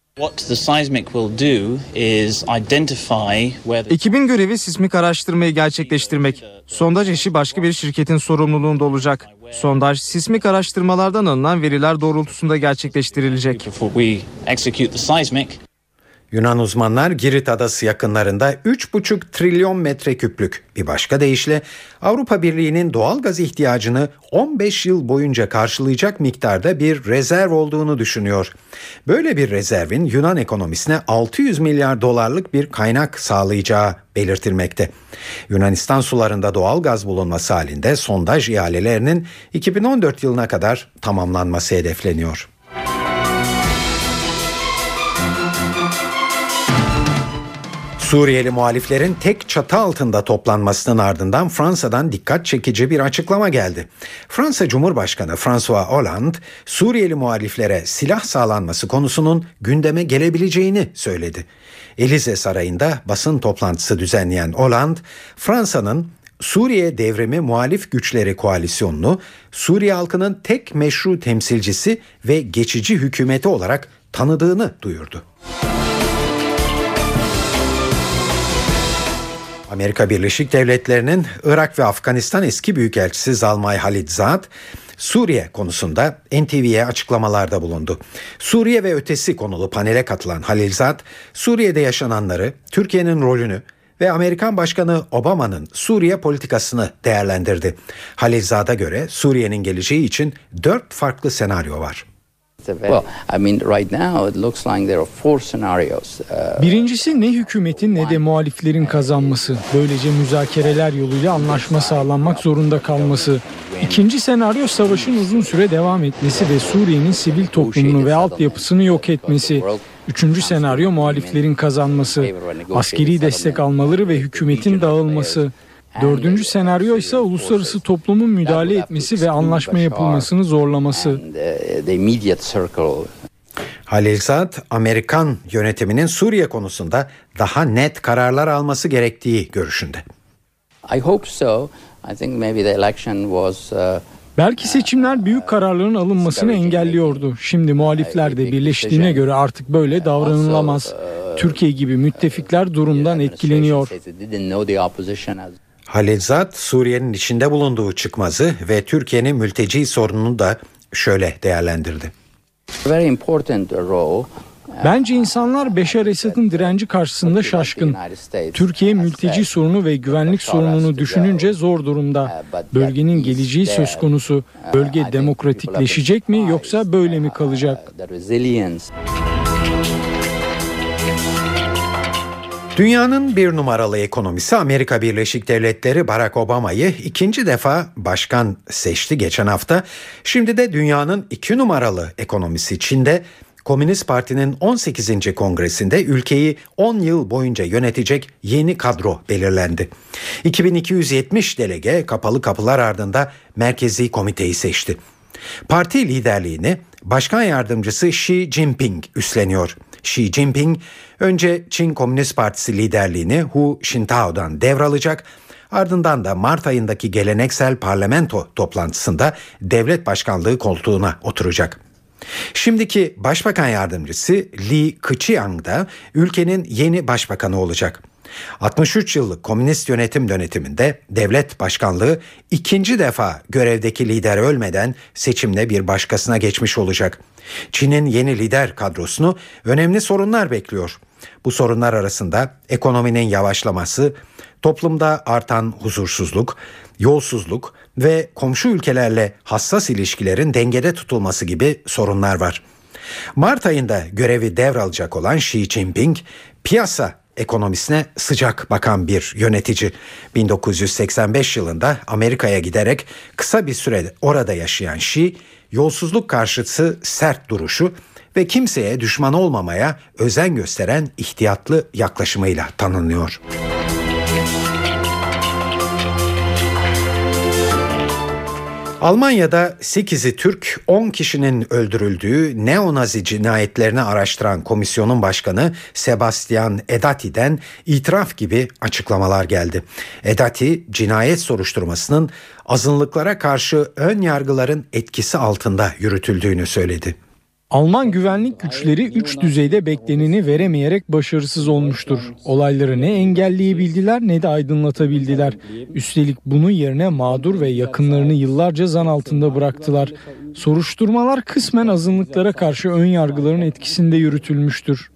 Ekibin görevi sismik araştırmayı gerçekleştirmek. Sondaj işi başka bir şirketin sorumluluğunda olacak. Sondaj, sismik araştırmalardan alınan veriler doğrultusunda gerçekleştirilecek. Yunan uzmanlar Girit Adası yakınlarında üç buçuk trilyon metreküplük, bir başka deyişle Avrupa Birliği'nin doğal gaz ihtiyacını on beş yıl boyunca karşılayacak miktarda bir rezerv olduğunu düşünüyor. Böyle bir rezervin Yunan ekonomisine altı yüz milyar dolarlık bir kaynak sağlayacağı belirtilmekte. Yunanistan sularında doğal gaz bulunması halinde sondaj ihalelerinin iki bin on dört yılına kadar tamamlanması hedefleniyor. Suriyeli muhaliflerin tek çatı altında toplanmasının ardından Fransa'dan dikkat çekici bir açıklama geldi. Fransa Cumhurbaşkanı François Hollande, Suriyeli muhaliflere silah sağlanması konusunun gündeme gelebileceğini söyledi. Elize Sarayı'nda basın toplantısı düzenleyen Hollande, Fransa'nın Suriye Devrimi Muhalif Güçleri Koalisyonunu Suriye halkının tek meşru temsilcisi ve geçici hükümeti olarak tanıdığını duyurdu. Amerika Birleşik Devletleri'nin Irak ve Afganistan eski büyükelçisi Zalmay Khalilzad, Suriye konusunda N T V'ye açıklamalarda bulundu. Suriye ve ötesi konulu panele katılan Khalilzad, Suriye'de yaşananları, Türkiye'nin rolünü ve Amerikan Başkanı Obama'nın Suriye politikasını değerlendirdi. Khalilzad'a göre Suriye'nin geleceği için dört farklı senaryo var. Birincisi ne hükümetin ne de muhaliflerin kazanması. Böylece müzakereler yoluyla anlaşma sağlanmak zorunda kalması. İkinci senaryo savaşın uzun süre devam etmesi ve Suriye'nin sivil toplumunu ve altyapısını yok etmesi. Üçüncü senaryo muhaliflerin kazanması. Askeri destek almaları ve hükümetin dağılması. Dördüncü senaryo ise uluslararası toplumun müdahale etmesi ve anlaşma yapılmasını zorlaması. Khalilzad, Amerikan yönetiminin Suriye konusunda daha net kararlar alması gerektiği görüşünde. Belki seçimler büyük kararların alınmasını engelliyordu. Şimdi muhalifler de birleştiğine göre artık böyle davranılamaz. Türkiye gibi müttefikler durumdan etkileniyor. Khalilzad, Suriye'nin içinde bulunduğu çıkmazı ve Türkiye'nin mülteci sorununu da şöyle değerlendirdi. Bence insanlar Beşar Esad'ın direnci karşısında şaşkın. Türkiye mülteci sorunu ve güvenlik sorununu düşününce zor durumda. Bölgenin geleceği söz konusu. Bölge demokratikleşecek mi yoksa böyle mi kalacak? Dünyanın bir numaralı ekonomisi Amerika Birleşik Devletleri Barack Obama'yı ikinci defa başkan seçti geçen hafta. Şimdi de dünyanın iki numaralı ekonomisi Çin'de Komünist Parti'nin on sekizinci kongresinde ülkeyi on yıl boyunca yönetecek yeni kadro belirlendi. iki bin iki yüz yetmiş delege kapalı kapılar ardında Merkezi Komiteyi seçti. Parti liderliğini Başkan Yardımcısı Xi Jinping üstleniyor. Xi Jinping önce Çin Komünist Partisi liderliğini Hu Jintao'dan devralacak, ardından da Mart ayındaki geleneksel parlamento toplantısında devlet başkanlığı koltuğuna oturacak. Şimdiki Başbakan Yardımcısı Li Keqiang da ülkenin yeni başbakanı olacak. altmış üç yıllık komünist yönetim dönetiminde devlet başkanlığı ikinci defa görevdeki lider ölmeden seçimle bir başkasına geçmiş olacak. Çin'in yeni lider kadrosunu önemli sorunlar bekliyor. Bu sorunlar arasında ekonominin yavaşlaması, toplumda artan huzursuzluk, yolsuzluk ve komşu ülkelerle hassas ilişkilerin dengede tutulması gibi sorunlar var. Mart ayında görevi devralacak olan Xi Jinping, piyasa ekonomisine sıcak bakan bir yönetici. bin dokuz yüz seksen beş yılında Amerika'ya giderek kısa bir süre orada yaşayan Xi, yolsuzluk karşıtı sert duruşu ve kimseye düşman olmamaya özen gösteren ihtiyatlı yaklaşımıyla tanınıyor. Almanya'da sekizi Türk, on kişinin öldürüldüğü neonazi cinayetlerini araştıran komisyonun başkanı Sebastian Edati'den itiraf gibi açıklamalar geldi. Edati, cinayet soruşturmasının azınlıklara karşı ön yargıların etkisi altında yürütüldüğünü söyledi. Alman güvenlik güçleri üç düzeyde bekleneni veremeyerek başarısız olmuştur. Olayları ne engelleyebildiler ne de aydınlatabildiler. Üstelik bunun yerine mağdur ve yakınlarını yıllarca zan altında bıraktılar. Soruşturmalar kısmen azınlıklara karşı ön yargıların etkisinde yürütülmüştür.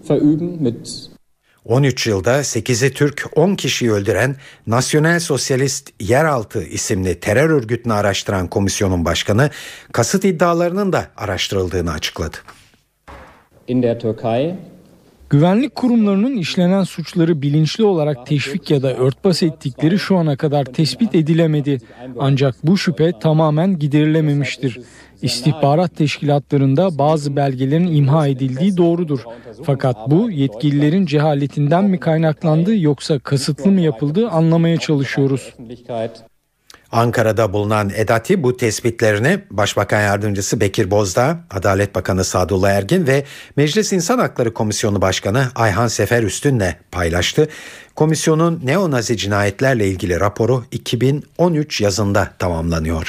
on üç yılda sekizi Türk, on kişiyi öldüren Nasyonel Sosyalist Yeraltı isimli terör örgütünü araştıran komisyonun başkanı kasıt iddialarının da araştırıldığını açıkladı. In der Türkei Güvenlik kurumlarının işlenen suçları bilinçli olarak teşvik ya da örtbas ettikleri şu ana kadar tespit edilemedi. Ancak bu şüphe tamamen giderilememiştir. İstihbarat teşkilatlarında bazı belgelerin imha edildiği doğrudur. Fakat bu yetkililerin cehaletinden mi kaynaklandı yoksa kasıtlı mı yapıldığı anlamaya çalışıyoruz. Ankara'da bulunan Edati bu tespitlerini Başbakan Yardımcısı Bekir Bozdağ, Adalet Bakanı Sadullah Ergin ve Meclis İnsan Hakları Komisyonu Başkanı Ayhan Sefer Üstün'le paylaştı. Komisyonun neonazi cinayetlerle ilgili raporu iki bin on üç yazında tamamlanıyor.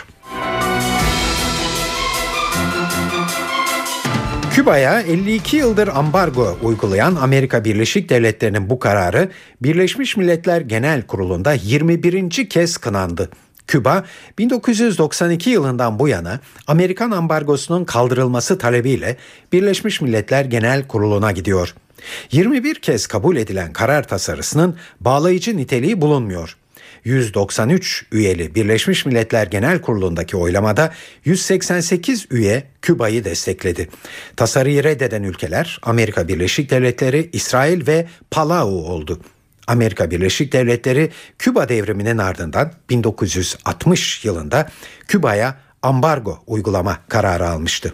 Küba'ya elli iki yıldır ambargo uygulayan Amerika Birleşik Devletleri'nin bu kararı Birleşmiş Milletler Genel Kurulu'nda yirmi birinci kez kınandı. Küba, bin dokuz yüz doksan iki yılından bu yana Amerikan ambargosunun kaldırılması talebiyle Birleşmiş Milletler Genel Kurulu'na gidiyor. yirmi bir kez kabul edilen karar tasarısının bağlayıcı niteliği bulunmuyor. yüz doksan üç üyeli Birleşmiş Milletler Genel Kurulu'ndaki oylamada yüz seksen sekiz üye Küba'yı destekledi. Tasarıyı reddeden ülkeler Amerika Birleşik Devletleri, İsrail ve Palau oldu. Amerika Birleşik Devletleri Küba devriminin ardından bin dokuz yüz altmış yılında Küba'ya ambargo uygulama kararı almıştı.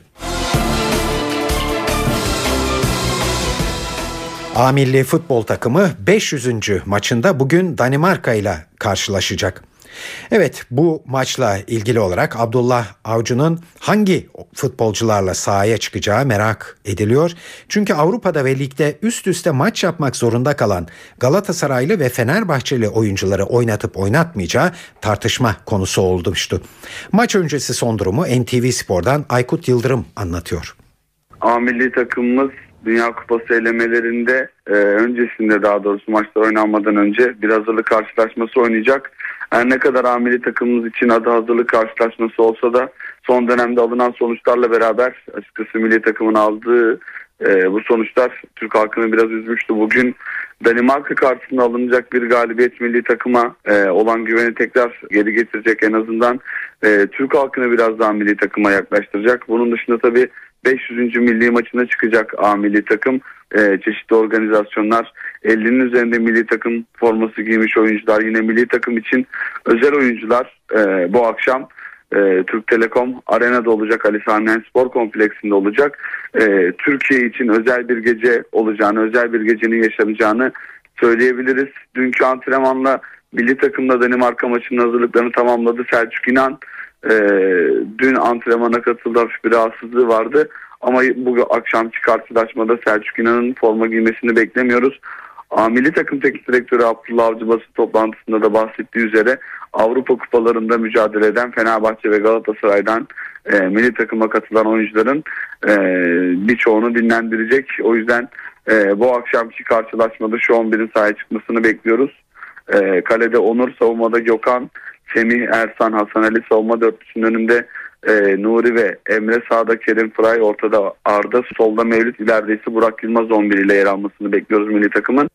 A milli futbol takımı beş yüzüncü maçında bugün Danimarka ile karşılaşacak. Evet, bu maçla ilgili olarak Abdullah Avcı'nın hangi futbolcularla sahaya çıkacağı merak ediliyor. Çünkü Avrupa'da ve ligde üst üste maç yapmak zorunda kalan Galatasaraylı ve Fenerbahçeli oyuncuları oynatıp oynatmayacağı tartışma konusu olmuştu. Maç öncesi son durumu N T V Spor'dan Aykut Yıldırım anlatıyor. A milli takımımız Dünya Kupası elemelerinde e, öncesinde daha doğrusu maçlar oynanmadan önce bir hazırlık karşılaşması oynayacak. Her ne kadar A milli takımımız için adı hazırlık karşılaşması olsa da son dönemde alınan sonuçlarla beraber açıkçası milli takımın aldığı e, bu sonuçlar Türk halkını biraz üzmüştü. Bugün Danimarka karşısında alınacak bir galibiyet milli takıma e, olan güveni tekrar geri getirecek, en azından e, Türk halkını biraz daha milli takıma yaklaştıracak. Bunun dışında tabii beş yüzüncü milli maçına çıkacak A milli takım. Ee, çeşitli organizasyonlar, ellinin üzerinde milli takım forması giymiş oyuncular, yine milli takım için özel oyuncular e, bu akşam e, Türk Telekom Arena'da olacak, Ali Sami Yen Spor Kompleksinde olacak. E, Türkiye için özel bir gece olacağını, özel bir gecenin yaşanacağını söyleyebiliriz. Dünkü antrenmanla milli takımda Danimarka maçının hazırlıklarını tamamladı. Selçuk İnan e, dün antrenmana katıldı, hafif bir rahatsızlığı vardı. Ama bu akşamki karşılaşmada Selçuk İnan'ın forma giymesini beklemiyoruz. A milli takım teknik direktörü Abdullah Avcı basın toplantısında da bahsettiği üzere Avrupa kupalarında mücadele eden Fenerbahçe ve Galatasaray'dan e, milli takıma katılan oyuncuların e, birçoğunu dinlendirecek. O yüzden e, bu akşamki karşılaşmada şu on birin sahaya çıkmasını bekliyoruz. E, kalede Onur, savunmada Gökhan, Semih, Ersan, Hasan Ali, savunma dörtlüsünün önünde Ee, Nuri ve Emre, sağda Kerim Fıray, ortada Arda, solda Mevlüt, ileride ise Burak Yılmaz on bir ile yer almasını bekliyoruz milli takımın.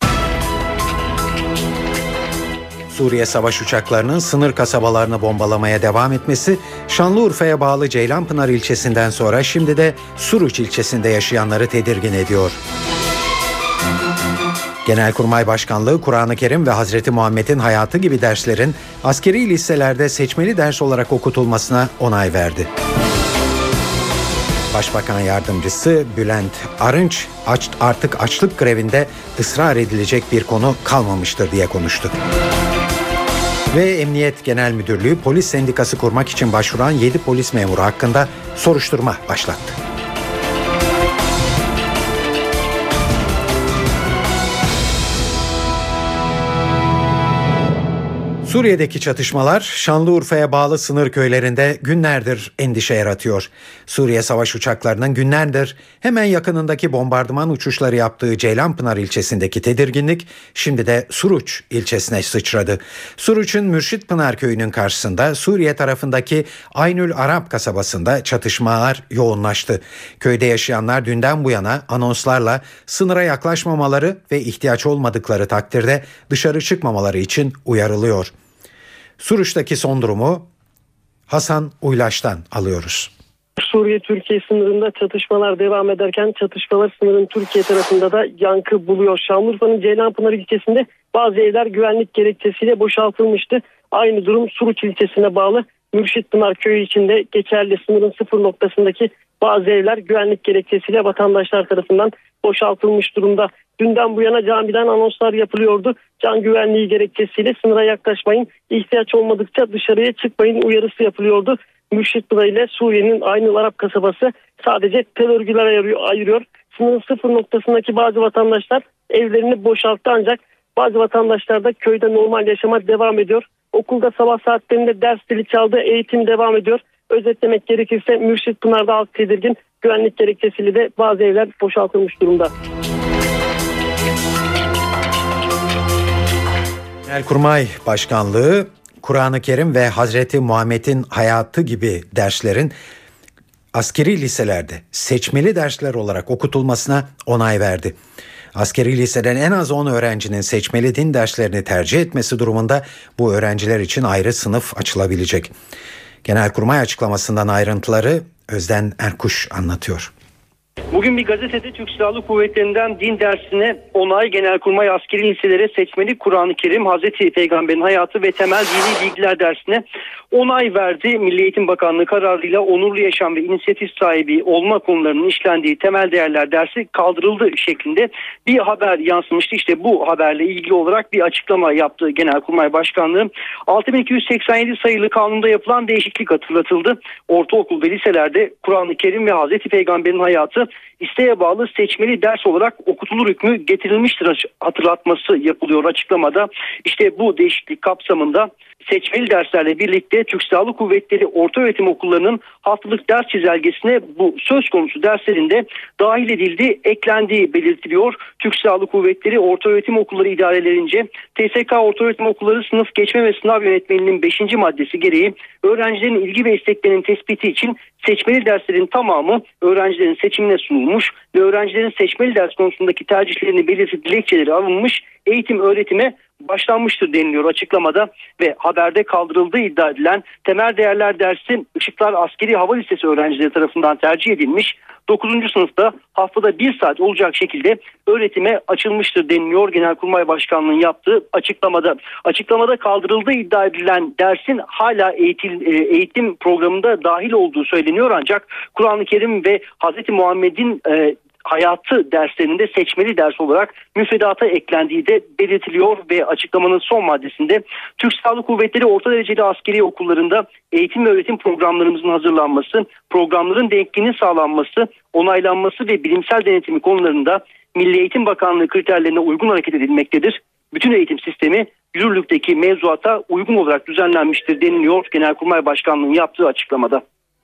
Suriye savaş uçaklarının sınır kasabalarını bombalamaya devam etmesi, Şanlıurfa'ya bağlı Ceylanpınar ilçesinden sonra şimdi de Suruç ilçesinde yaşayanları tedirgin ediyor. Genelkurmay Başkanlığı, Kur'an-ı Kerim ve Hazreti Muhammed'in hayatı gibi derslerin askeri liselerde seçmeli ders olarak okutulmasına onay verdi. Başbakan Yardımcısı Bülent Arınç, aç, artık açlık grevinde ısrar edilecek bir konu kalmamıştır diye konuştu. Ve Emniyet Genel Müdürlüğü polis sendikası kurmak için başvuran yedi polis memuru hakkında soruşturma başlattı. Suriye'deki çatışmalar Şanlıurfa'ya bağlı sınır köylerinde günlerdir endişe yaratıyor. Suriye savaş uçaklarının günlerdir hemen yakınındaki bombardıman uçuşları yaptığı Ceylanpınar ilçesindeki tedirginlik şimdi de Suruç ilçesine sıçradı. Suruç'un Mürşitpınar köyünün karşısında Suriye tarafındaki Aynül Arap kasabasında çatışmalar yoğunlaştı. Köyde yaşayanlar dünden bu yana anonslarla sınıra yaklaşmamaları ve ihtiyaç olmadıkları takdirde dışarı çıkmamaları için uyarılıyor. Suruç'taki son durumu Hasan Uylaş'tan alıyoruz. Suriye-Türkiye sınırında çatışmalar devam ederken çatışmalar sınırın Türkiye tarafında da yankı buluyor. Şanlıurfa'nın Ceylanpınar ilçesinde bazı evler güvenlik gerekçesiyle boşaltılmıştı. Aynı durum Suruç ilçesine bağlı Mürşitpınar köyü içinde geçerli. Sınırın sıfır noktasındaki bazı evler güvenlik gerekçesiyle vatandaşlar tarafından boşaltılmış durumda. Dünden bu yana camiden anonslar yapılıyordu. Can güvenliği gerekçesiyle sınıra yaklaşmayın, ihtiyaç olmadıkça dışarıya çıkmayın uyarısı yapılıyordu. Mürşitpınar ile Suriye'nin Aynül Arap kasabası sadece tel örgüler ayırıyor. Sınırın sıfır noktasındaki bazı vatandaşlar evlerini boşalttı ancak bazı vatandaşlar da köyde normal yaşama devam ediyor. Okulda sabah saatlerinde ders zili çaldı, eğitim devam ediyor. Özetlemek gerekirse Mürşitpınar'da halk tedirgin, güvenlik gerekçesiyle de bazı evler boşaltılmış durumda. Genelkurmay Başkanlığı, Kur'an-ı Kerim ve Hazreti Muhammed'in hayatı gibi derslerin askeri liselerde seçmeli dersler olarak okutulmasına onay verdi. Askeri liseden en az on öğrencinin seçmeli din derslerini tercih etmesi durumunda bu öğrenciler için ayrı sınıf açılabilecek. Genelkurmay açıklamasından ayrıntıları Özden Erkuş anlatıyor. Bugün bir gazetede Türk Silahlı Kuvvetleri'nden din dersine onay, Genelkurmay askeri liselere seçmeli Kur'an-ı Kerim, Hazreti Peygamber'in hayatı ve temel dini bilgiler dersine onay verdi. Milli Eğitim Bakanlığı kararıyla onurlu yaşam ve inisiyatif sahibi olma konularının işlendiği temel değerler dersi kaldırıldı şeklinde bir haber yansımıştı. İşte bu haberle ilgili olarak bir açıklama yaptı Genelkurmay Başkanlığı. altı bin iki yüz seksen yedi sayılı kanunda yapılan değişiklik hatırlatıldı. Ortaokul ve liselerde Kur'an-ı Kerim ve Hazreti Peygamber'in hayatı isteğe bağlı seçmeli ders olarak okutulur hükmü getirilmiştir hatırlatması yapılıyor açıklamada. İşte bu değişiklik kapsamında seçmeli derslerle birlikte Türk Silahlı Kuvvetleri ortaöğretim okullarının haftalık ders çizelgesine bu söz konusu derslerinde dahil edildiği, eklendiği belirtiliyor. Türk Silahlı Kuvvetleri ortaöğretim okulları idarelerince T S K ortaöğretim okulları sınıf geçme ve sınav yönetmeliğinin beşinci maddesi gereği öğrencilerin ilgi ve isteklerinin tespiti için seçmeli derslerin tamamı öğrencilerin seçimine sunulmuş ve öğrencilerin seçmeli ders konusundaki tercihlerini belirtip dilekçeleri alınmış, eğitim öğretime başlanmıştır deniliyor açıklamada ve haberde kaldırıldığı iddia edilen temel değerler dersi Işıklar Askeri Hava Lisesi öğrencileri tarafından tercih edilmiş. dokuzuncu sınıfta haftada bir saat olacak şekilde öğretime açılmıştır deniliyor Genelkurmay Başkanlığı'nın yaptığı açıklamada. Açıklamada kaldırıldığı iddia edilen dersin hala eğitim, eğitim programında dahil olduğu söyleniyor ancak Kur'an-ı Kerim ve Hazreti Muhammed'in e, hayatı derslerinde seçmeli ders olarak müfredata eklendiği de belirtiliyor ve açıklamanın son maddesinde Türk Silahlı Kuvvetleri orta dereceli askeri okullarında eğitim ve öğretim programlarımızın hazırlanması, programların denkliğinin sağlanması, onaylanması ve bilimsel denetimi konularında Milli Eğitim Bakanlığı kriterlerine uygun hareket edilmektedir. Bütün eğitim sistemi yürürlükteki mevzuata uygun olarak düzenlenmiştir deniliyor Genelkurmay Başkanlığı'nın yaptığı açıklamada.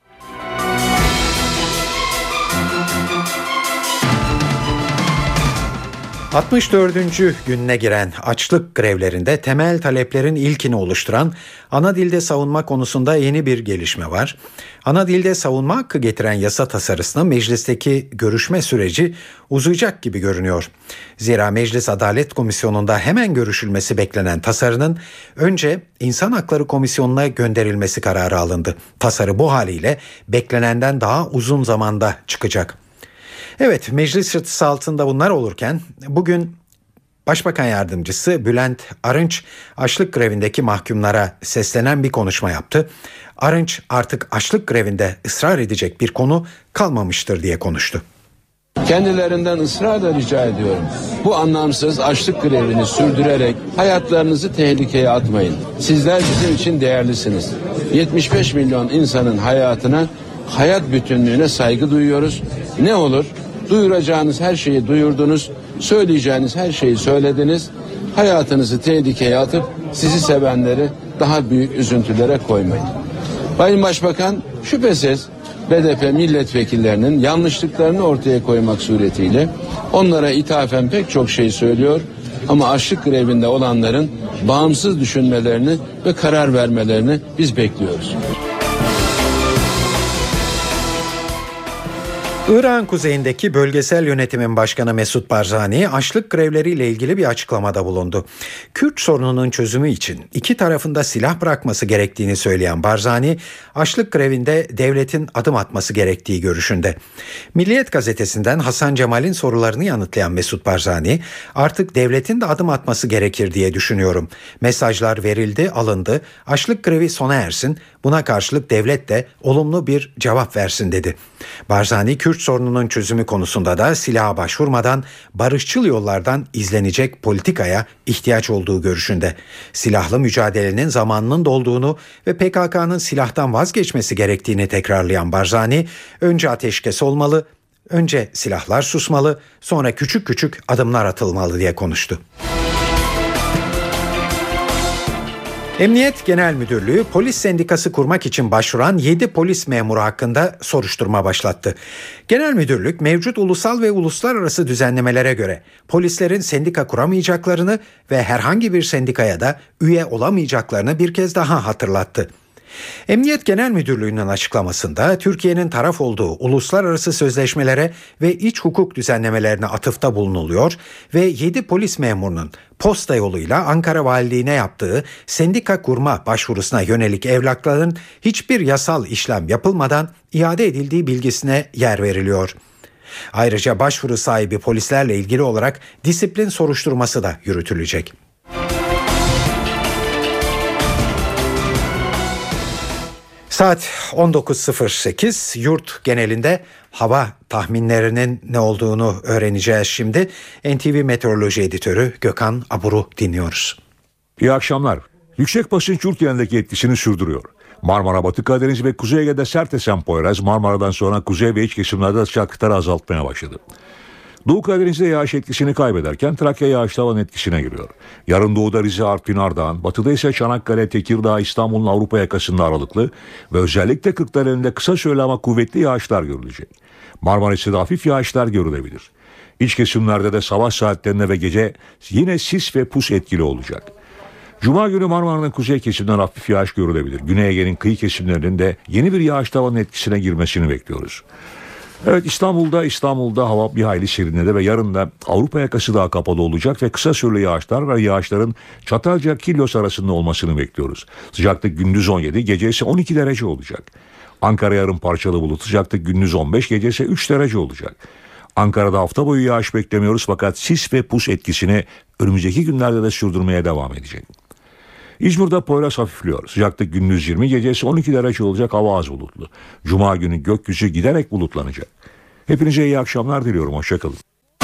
altmış dördüncü gününe giren açlık grevlerinde temel taleplerin ilkini oluşturan ana dilde savunma konusunda yeni bir gelişme var. Ana dilde savunma hakkı getiren yasa tasarısına meclisteki görüşme süreci uzayacak gibi görünüyor. Zira Meclis Adalet Komisyonu'nda hemen görüşülmesi beklenen tasarının önce İnsan Hakları Komisyonu'na gönderilmesi kararı alındı. Tasarı bu haliyle beklenenden daha uzun zamanda çıkacak. Evet, meclis çatısı altında bunlar olurken bugün Başbakan Yardımcısı Bülent Arınç açlık grevindeki mahkumlara seslenen bir konuşma yaptı. Arınç artık açlık grevinde ısrar edecek bir konu kalmamıştır diye konuştu. Kendilerinden ısrarla rica ediyorum. Bu anlamsız açlık grevini sürdürerek hayatlarınızı tehlikeye atmayın. Sizler bizim için değerlisiniz. yetmiş beş milyon insanın hayatına, hayat bütünlüğüne saygı duyuyoruz. Ne olur? Duyuracağınız her şeyi duyurdunuz, söyleyeceğiniz her şeyi söylediniz. Hayatınızı tehlikeye atıp sizi sevenleri daha büyük üzüntülere koymayın. Sayın Başbakan şüphesiz B D P milletvekillerinin yanlışlıklarını ortaya koymak suretiyle onlara ithafen pek çok şey söylüyor ama açlık grevinde olanların bağımsız düşünmelerini ve karar vermelerini biz bekliyoruz. İran kuzeyindeki bölgesel yönetimin başkanı Mesut Barzani açlık grevleriyle ilgili bir açıklamada bulundu. Kürt sorununun çözümü için iki tarafında silah bırakması gerektiğini söyleyen Barzani, açlık grevinde devletin adım atması gerektiği görüşünde. Milliyet gazetesinden Hasan Cemal'in sorularını yanıtlayan Mesut Barzani, artık devletin de adım atması gerekir diye düşünüyorum. Mesajlar verildi, alındı, açlık grevi sona ersin, buna karşılık devlet de olumlu bir cevap versin dedi. Barzani, Kürt sorununun çözümü konusunda da silaha başvurmadan barışçıl yollardan izlenecek politikaya ihtiyaç olduğu görüşünde. Silahlı mücadelenin zamanının dolduğunu ve P K K'nın silahtan vazgeçmesi gerektiğini tekrarlayan Barzani, önce ateşkes olmalı, önce silahlar susmalı, sonra küçük küçük adımlar atılmalı diye konuştu. Emniyet Genel Müdürlüğü polis sendikası kurmak için başvuran yedi polis memuru hakkında soruşturma başlattı. Genel Müdürlük mevcut ulusal ve uluslararası düzenlemelere göre polislerin sendika kuramayacaklarını ve herhangi bir sendikaya da üye olamayacaklarını bir kez daha hatırlattı. Emniyet Genel Müdürlüğü'nün açıklamasında Türkiye'nin taraf olduğu uluslararası sözleşmelere ve iç hukuk düzenlemelerine atıfta bulunuluyor ve yedi polis memurunun posta yoluyla Ankara Valiliğine yaptığı sendika kurma başvurusuna yönelik evrakların hiçbir yasal işlem yapılmadan iade edildiği bilgisine yer veriliyor. Ayrıca başvuru sahibi polislerle ilgili olarak disiplin soruşturması da yürütülecek. Saat on dokuz sıfır sekiz, yurt genelinde hava tahminlerinin ne olduğunu öğreneceğiz şimdi. N T V Meteoroloji Editörü Gökhan Abur'u dinliyoruz. İyi akşamlar. Yüksek basınç yurt genelindeki etkisini sürdürüyor. Marmara, Batı Karadeniz ve Kuzey Ege'de sert esen Poyraz, Marmara'dan sonra kuzey ve iç kesimlerde sıcaklıkları azaltmaya başladı. Doğu Karadeniz'de yağış etkisini kaybederken Trakya yağışlı havanın etkisine giriyor. Yarın doğuda Rize, Artvin, Ardahan, batıda ise Çanakkale, Tekirdağ, İstanbul'un Avrupa yakasında aralıklı ve özellikle Kırklareli'nde kısa süreli ama kuvvetli yağışlar görülecek. Marmaris'te de hafif yağışlar görülebilir. İç kesimlerde de sabah saatlerinde ve gece yine sis ve pus etkili olacak. Cuma günü Marmara'nın kuzey kesimden hafif yağış görülebilir. Güney Ege'nin kıyı kesimlerinin de yeni bir yağışlı havanın etkisine girmesini bekliyoruz. Evet, İstanbul'da İstanbul'da hava bir hayli serinledi ve yarın da Avrupa yakası daha kapalı olacak ve kısa süreli yağışlar ve yağışların Çatalca Kilyos arasında olmasını bekliyoruz. Sıcaklık gündüz on yedi, gece ise on iki derece olacak. Ankara yarın parçalı bulut, sıcaklık gündüz on beş, gece ise üç derece olacak. Ankara'da hafta boyu yağış beklemiyoruz fakat sis ve pus etkisini önümüzdeki günlerde de sürdürmeye devam edecek. İzmir'de Poyraz hafifliyor. Sıcaklık gündüz yirmi, gecesi on iki derece olacak, hava az bulutlu. Cuma günü gökyüzü giderek bulutlanacak. Hepinize iyi akşamlar diliyorum. Hoşçakalın.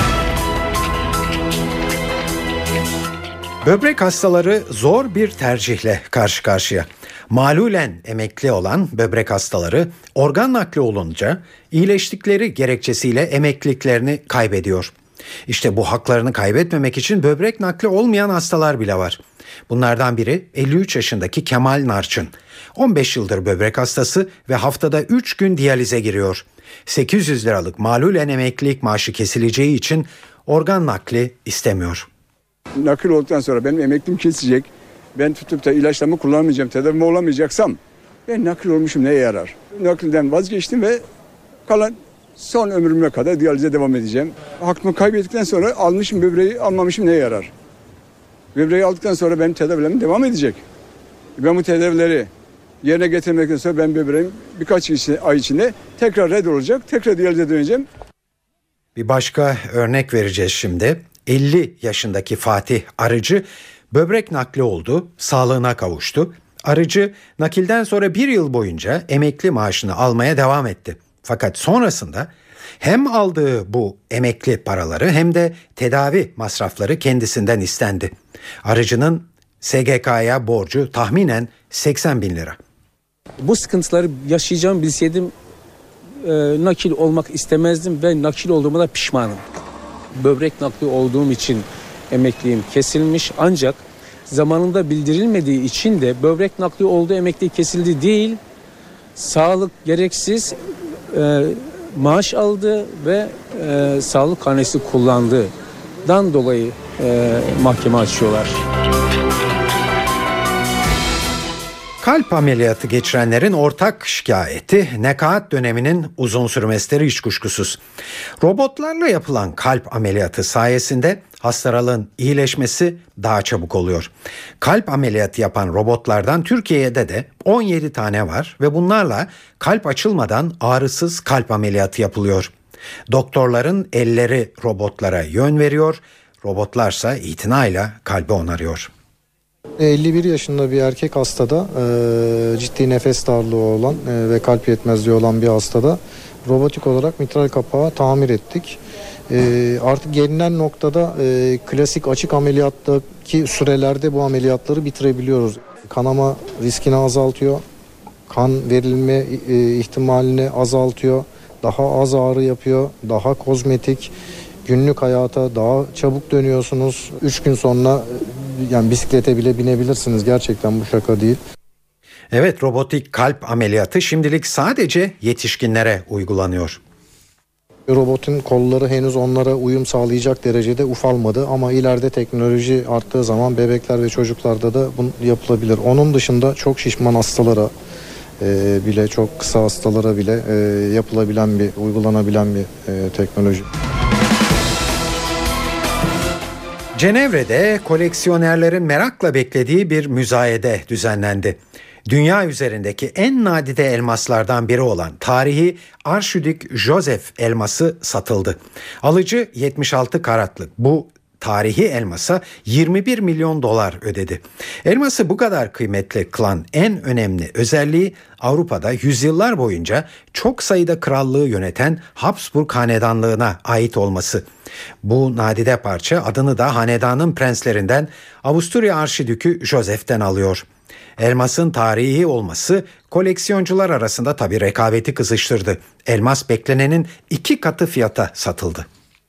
Böbrek hastaları zor bir tercihle karşı karşıya. Malulen emekli olan böbrek hastaları organ nakli olunca iyileştikleri gerekçesiyle emekliliklerini kaybediyor. İşte bu haklarını kaybetmemek için böbrek nakli olmayan hastalar bile var. Bunlardan biri elli üç yaşındaki Kemal Narçın. on beş yıldır böbrek hastası ve haftada üç gün diyalize giriyor. sekiz yüz liralık malulen emeklilik maaşı kesileceği için organ nakli istemiyor. Nakil olduktan sonra benim emeklim kesecek. Ben tutup da ilaçlarımı kullanmayacağım, tedavimi olamayacaksam ben nakil olmuşum neye yarar? Nakilden vazgeçtim ve kalan son ömrüme kadar diyalize devam edeceğim. Hakkımı kaybettikten sonra almışım böbreği, almamışım neye yarar? Böbreği aldıktan sonra benim tedavilerim devam edecek. Ben bu tedavileri yerine getirmekten sonra ben böbreğim birkaç ay içinde tekrar red olacak, tekrar diyalize döneceğim. Bir başka örnek vereceğiz şimdi. elli yaşındaki Fatih Arıcı böbrek nakli oldu, sağlığına kavuştu. Arıcı nakilden sonra bir yıl boyunca emekli maaşını almaya devam etti. Fakat sonrasında hem aldığı bu emekli paraları hem de tedavi masrafları kendisinden istendi. Arıcının S G K'ya borcu tahminen seksen bin lira. Bu sıkıntıları yaşayacağımı bilseydim e, nakil olmak istemezdim ve nakil olduğuma da pişmanım. Böbrek nakli olduğum için emekliliğim kesilmiş, ancak zamanında bildirilmediği için de böbrek nakli olduğu emekli kesildi değil, sağlık gereksiz e, maaş aldı ve e, sağlık karnesi kullandığından dolayı e, mahkeme açıyorlar. Kalp ameliyatı geçirenlerin ortak şikayeti nekaat döneminin uzun sürmesidir hiç kuşkusuz. Robotlarla yapılan kalp ameliyatı sayesinde hastalığın iyileşmesi daha çabuk oluyor. Kalp ameliyatı yapan robotlardan Türkiye'de de on yedi tane var ve bunlarla kalp açılmadan ağrısız kalp ameliyatı yapılıyor. Doktorların elleri robotlara yön veriyor, robotlarsa itinayla kalbi onarıyor. elli bir yaşında bir erkek hastada e, ciddi nefes darlığı olan e, ve kalp yetmezliği olan bir hastada robotik olarak mitral kapağı tamir ettik. E, artık gelinen noktada e, klasik açık ameliyattaki sürelerde bu ameliyatları bitirebiliyoruz. Kanama riskini azaltıyor, kan verilme e, ihtimalini azaltıyor, daha az ağrı yapıyor, daha kozmetik. Günlük hayata daha çabuk dönüyorsunuz. Üç gün sonra yani bisiklete bile binebilirsiniz. Gerçekten bu şaka değil. Evet, robotik kalp ameliyatı şimdilik sadece yetişkinlere uygulanıyor. Robotun kolları henüz onlara uyum sağlayacak derecede ufalmadı ama ileride teknoloji arttığı zaman bebekler ve çocuklarda da bu yapılabilir. Onun dışında çok şişman hastalara e, bile, çok kısa hastalara bile e, yapılabilen bir, uygulanabilen bir e, teknoloji. Cenevre'de koleksiyonerlerin merakla beklediği bir müzayede düzenlendi. Dünya üzerindeki en nadide elmaslardan biri olan tarihi Arşidük Joseph elması satıldı. Alıcı yetmiş altı karatlık bu tarihi elmasa yirmi bir milyon dolar ödedi. Elması bu kadar kıymetli kılan en önemli özelliği Avrupa'da yüzyıllar boyunca çok sayıda krallığı yöneten Habsburg hanedanlığına ait olması. Bu nadide parça adını da hanedanın prenslerinden Avusturya Arşidükü Joseph'ten alıyor. Elmasın tarihi olması koleksiyoncular arasında tabii rekabeti kızıştırdı. Elmas beklenenin iki katı fiyata satıldı.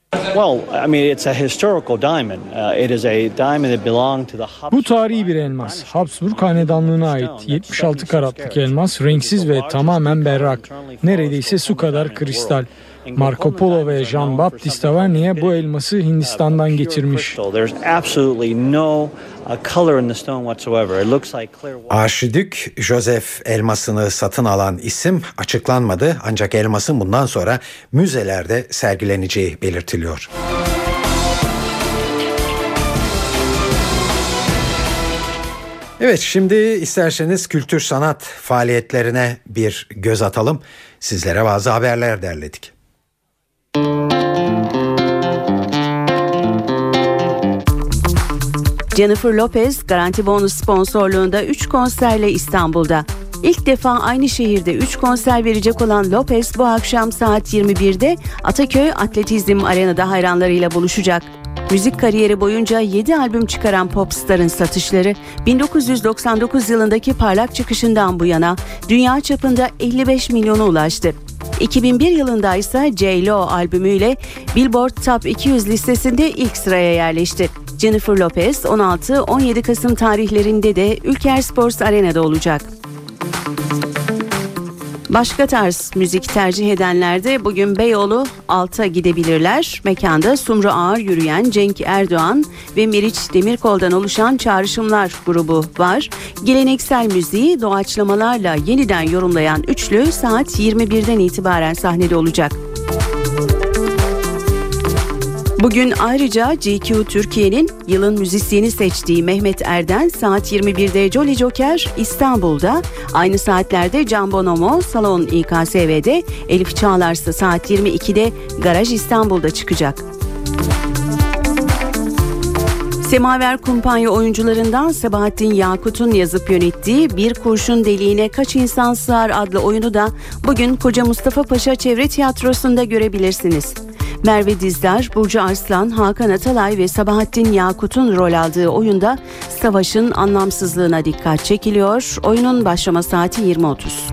Bu tarihi bir elmas. Habsburg hanedanlığına ait yetmiş altı karatlık elmas, renksiz ve tamamen berrak. Neredeyse su kadar kristal. Marco Polo ve Jean-Baptiste Tavernier bu elması Hindistan'dan getirmiş. Arşidük Joseph elmasını satın alan isim açıklanmadı ancak elmasın bundan sonra müzelerde sergileneceği belirtiliyor. Evet, şimdi isterseniz kültür sanat faaliyetlerine bir göz atalım. Sizlere bazı haberler derledik. Jennifer Lopez, Garanti Bonus sponsorluğunda üç konserle İstanbul'da. İlk defa aynı şehirde üç konser verecek olan Lopez bu akşam saat yirmi birde Ataköy Atletizm Arena'da hayranlarıyla buluşacak. Müzik kariyeri boyunca yedi albüm çıkaran popstarın satışları bin dokuz yüz doksan dokuz yılındaki parlak çıkışından bu yana dünya çapında elli beş milyona ulaştı. iki bin bir yılında ise J-Lo albümüyle Billboard Top iki yüz listesinde ilk sıraya yerleşti. Jennifer Lopez on altı on yedi Kasım tarihlerinde de Ülker Sports Arena'da olacak. Başka tarz müzik tercih edenler de bugün Beyoğlu Alt'a gidebilirler. Mekanda Sumru Ağır yürüyen Cenk Erdoğan ve Meriç Demirkol'dan oluşan Çağrışımlar grubu var. Geleneksel müziği doğaçlamalarla yeniden yorumlayan üçlü saat yirmi birden itibaren sahnede olacak. Bugün ayrıca G Q Türkiye'nin yılın müzisyeni seçtiği Mehmet Erden saat yirmi birde Jolly Joker İstanbul'da, aynı saatlerde Can Bonomo Salon İ K S V'de, Elif Çağlar ise saat yirmi ikide Garaj İstanbul'da çıkacak. Semaver Kumpanya oyuncularından Sabahattin Yakut'un yazıp yönettiği Bir Kurşun Deliğine Kaç İnsan Sığar adlı oyunu da bugün Koca Mustafa Paşa Çevre Tiyatrosu'nda görebilirsiniz. Merve Dizdar, Burcu Arslan, Hakan Atalay ve Sabahattin Yakut'un rol aldığı oyunda savaşın anlamsızlığına dikkat çekiliyor. Oyunun başlama saati yirmi otuz.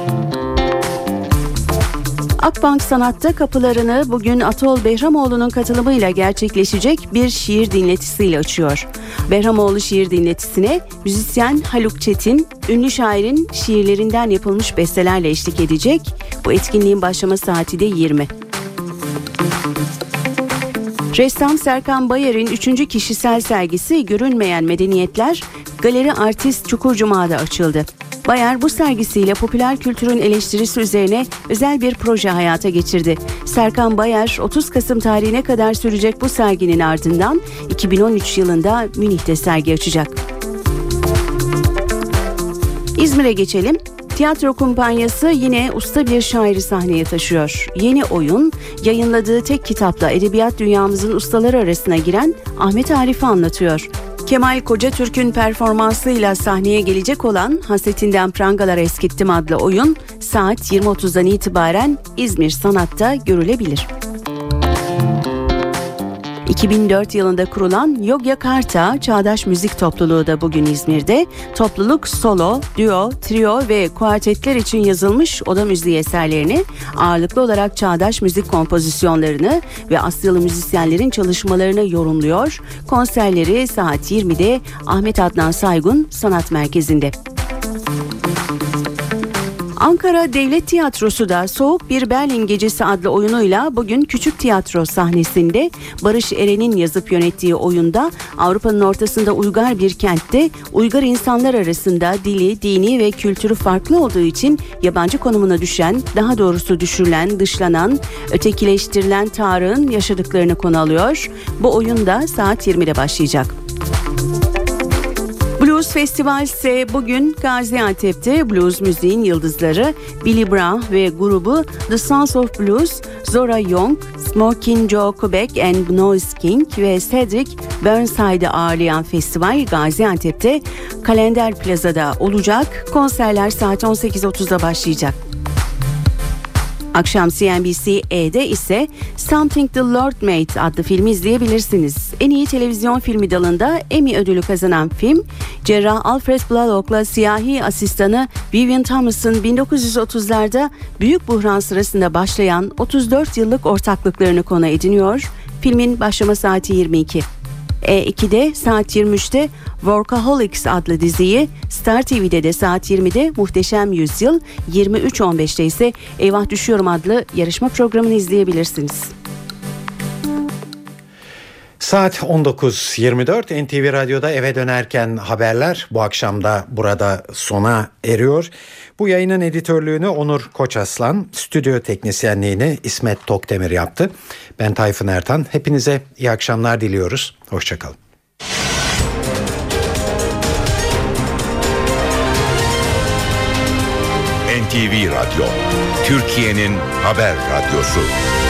Akbank Sanat'ta kapılarını bugün Atol Behramoğlu'nun katılımıyla gerçekleşecek bir şiir dinletisiyle açıyor. Behramoğlu şiir dinletisine müzisyen Haluk Çetin, ünlü şairin şiirlerinden yapılmış bestelerle eşlik edecek. Bu etkinliğin başlama saati de yirmi. Ressam Serkan Bayar'ın üçüncü kişisel sergisi Görünmeyen Medeniyetler, Galeri Artist Çukurcuma'da açıldı. Bayar bu sergisiyle popüler kültürün eleştirisi üzerine özel bir proje hayata geçirdi. Serkan Bayar otuz Kasım tarihine kadar sürecek bu serginin ardından iki bin on üç yılında Münih'te sergi açacak. İzmir'e geçelim. Tiyatro kumpanyası yine usta bir şairi sahneye taşıyor. Yeni oyun, yayınladığı tek kitapla edebiyat dünyamızın ustaları arasına giren Ahmet Arif'i anlatıyor. Kemal Kocatürk'ün performansıyla sahneye gelecek olan Hasretinden Prangalar Eskittim adlı oyun saat yirmi otuzdan itibaren İzmir Sanat'ta görülebilir. iki bin dört yılında kurulan Yogyakarta Çağdaş Müzik Topluluğu da bugün İzmir'de. Topluluk solo, duo, trio ve kuartetler için yazılmış oda müziği eserlerini, ağırlıklı olarak çağdaş müzik kompozisyonlarını ve Asyalı müzisyenlerin çalışmalarını yorumluyor. Konserleri saat yirmide Ahmet Adnan Saygun Sanat Merkezi'nde. Ankara Devlet Tiyatrosu da Soğuk Bir Berlin Gecesi adlı oyunuyla bugün Küçük Tiyatro sahnesinde Barış Eren'in yazıp yönettiği oyunda Avrupa'nın ortasında uygar bir kentte uygar insanlar arasında dili, dini ve kültürü farklı olduğu için yabancı konumuna düşen, daha doğrusu düşürülen, dışlanan, ötekileştirilen Tarık'ın yaşadıklarını konu alıyor. Bu oyun da saat yirmide başlayacak. Blues Festival ise bugün Gaziantep'te blues müziğin yıldızları Billy Brown ve grubu The Sons of Blues, Zora Young, Smokin' Joe Quebec and Noise King ve Cedric Burnside'ı ağırlayan festival Gaziantep'te Kalender Plaza'da olacak. Konserler saat on sekiz otuzda başlayacak. Akşam C N B C E'de ise Something the Lord Made adlı filmi izleyebilirsiniz. En iyi televizyon filmi dalında Emmy ödülü kazanan film, cerrah Alfred Blalock'la siyahi asistanı Vivian Thomas'ın bin dokuz yüz otuzlarda büyük buhran sırasında başlayan otuz dört yıllık ortaklıklarını konu ediniyor. Filmin başlama saati yirmi iki. E iki'de saat yirmi üçte Workaholics adlı diziyi, Star T V'de de saat yirmide Muhteşem Yüzyıl, yirmi üç on beşte ise Eyvah Düşüyorum adlı yarışma programını izleyebilirsiniz. Saat on dokuz yirmi dört N T V Radyo'da eve dönerken haberler bu akşam da burada sona eriyor. Bu yayının editörlüğünü Onur Koçaslan, stüdyo teknisyenliğini İsmet Tokdemir yaptı. Ben Tayfun Ertan. Hepinize iyi akşamlar diliyoruz. Hoşçakalın. N T V Radyo, Türkiye'nin haber radyosu.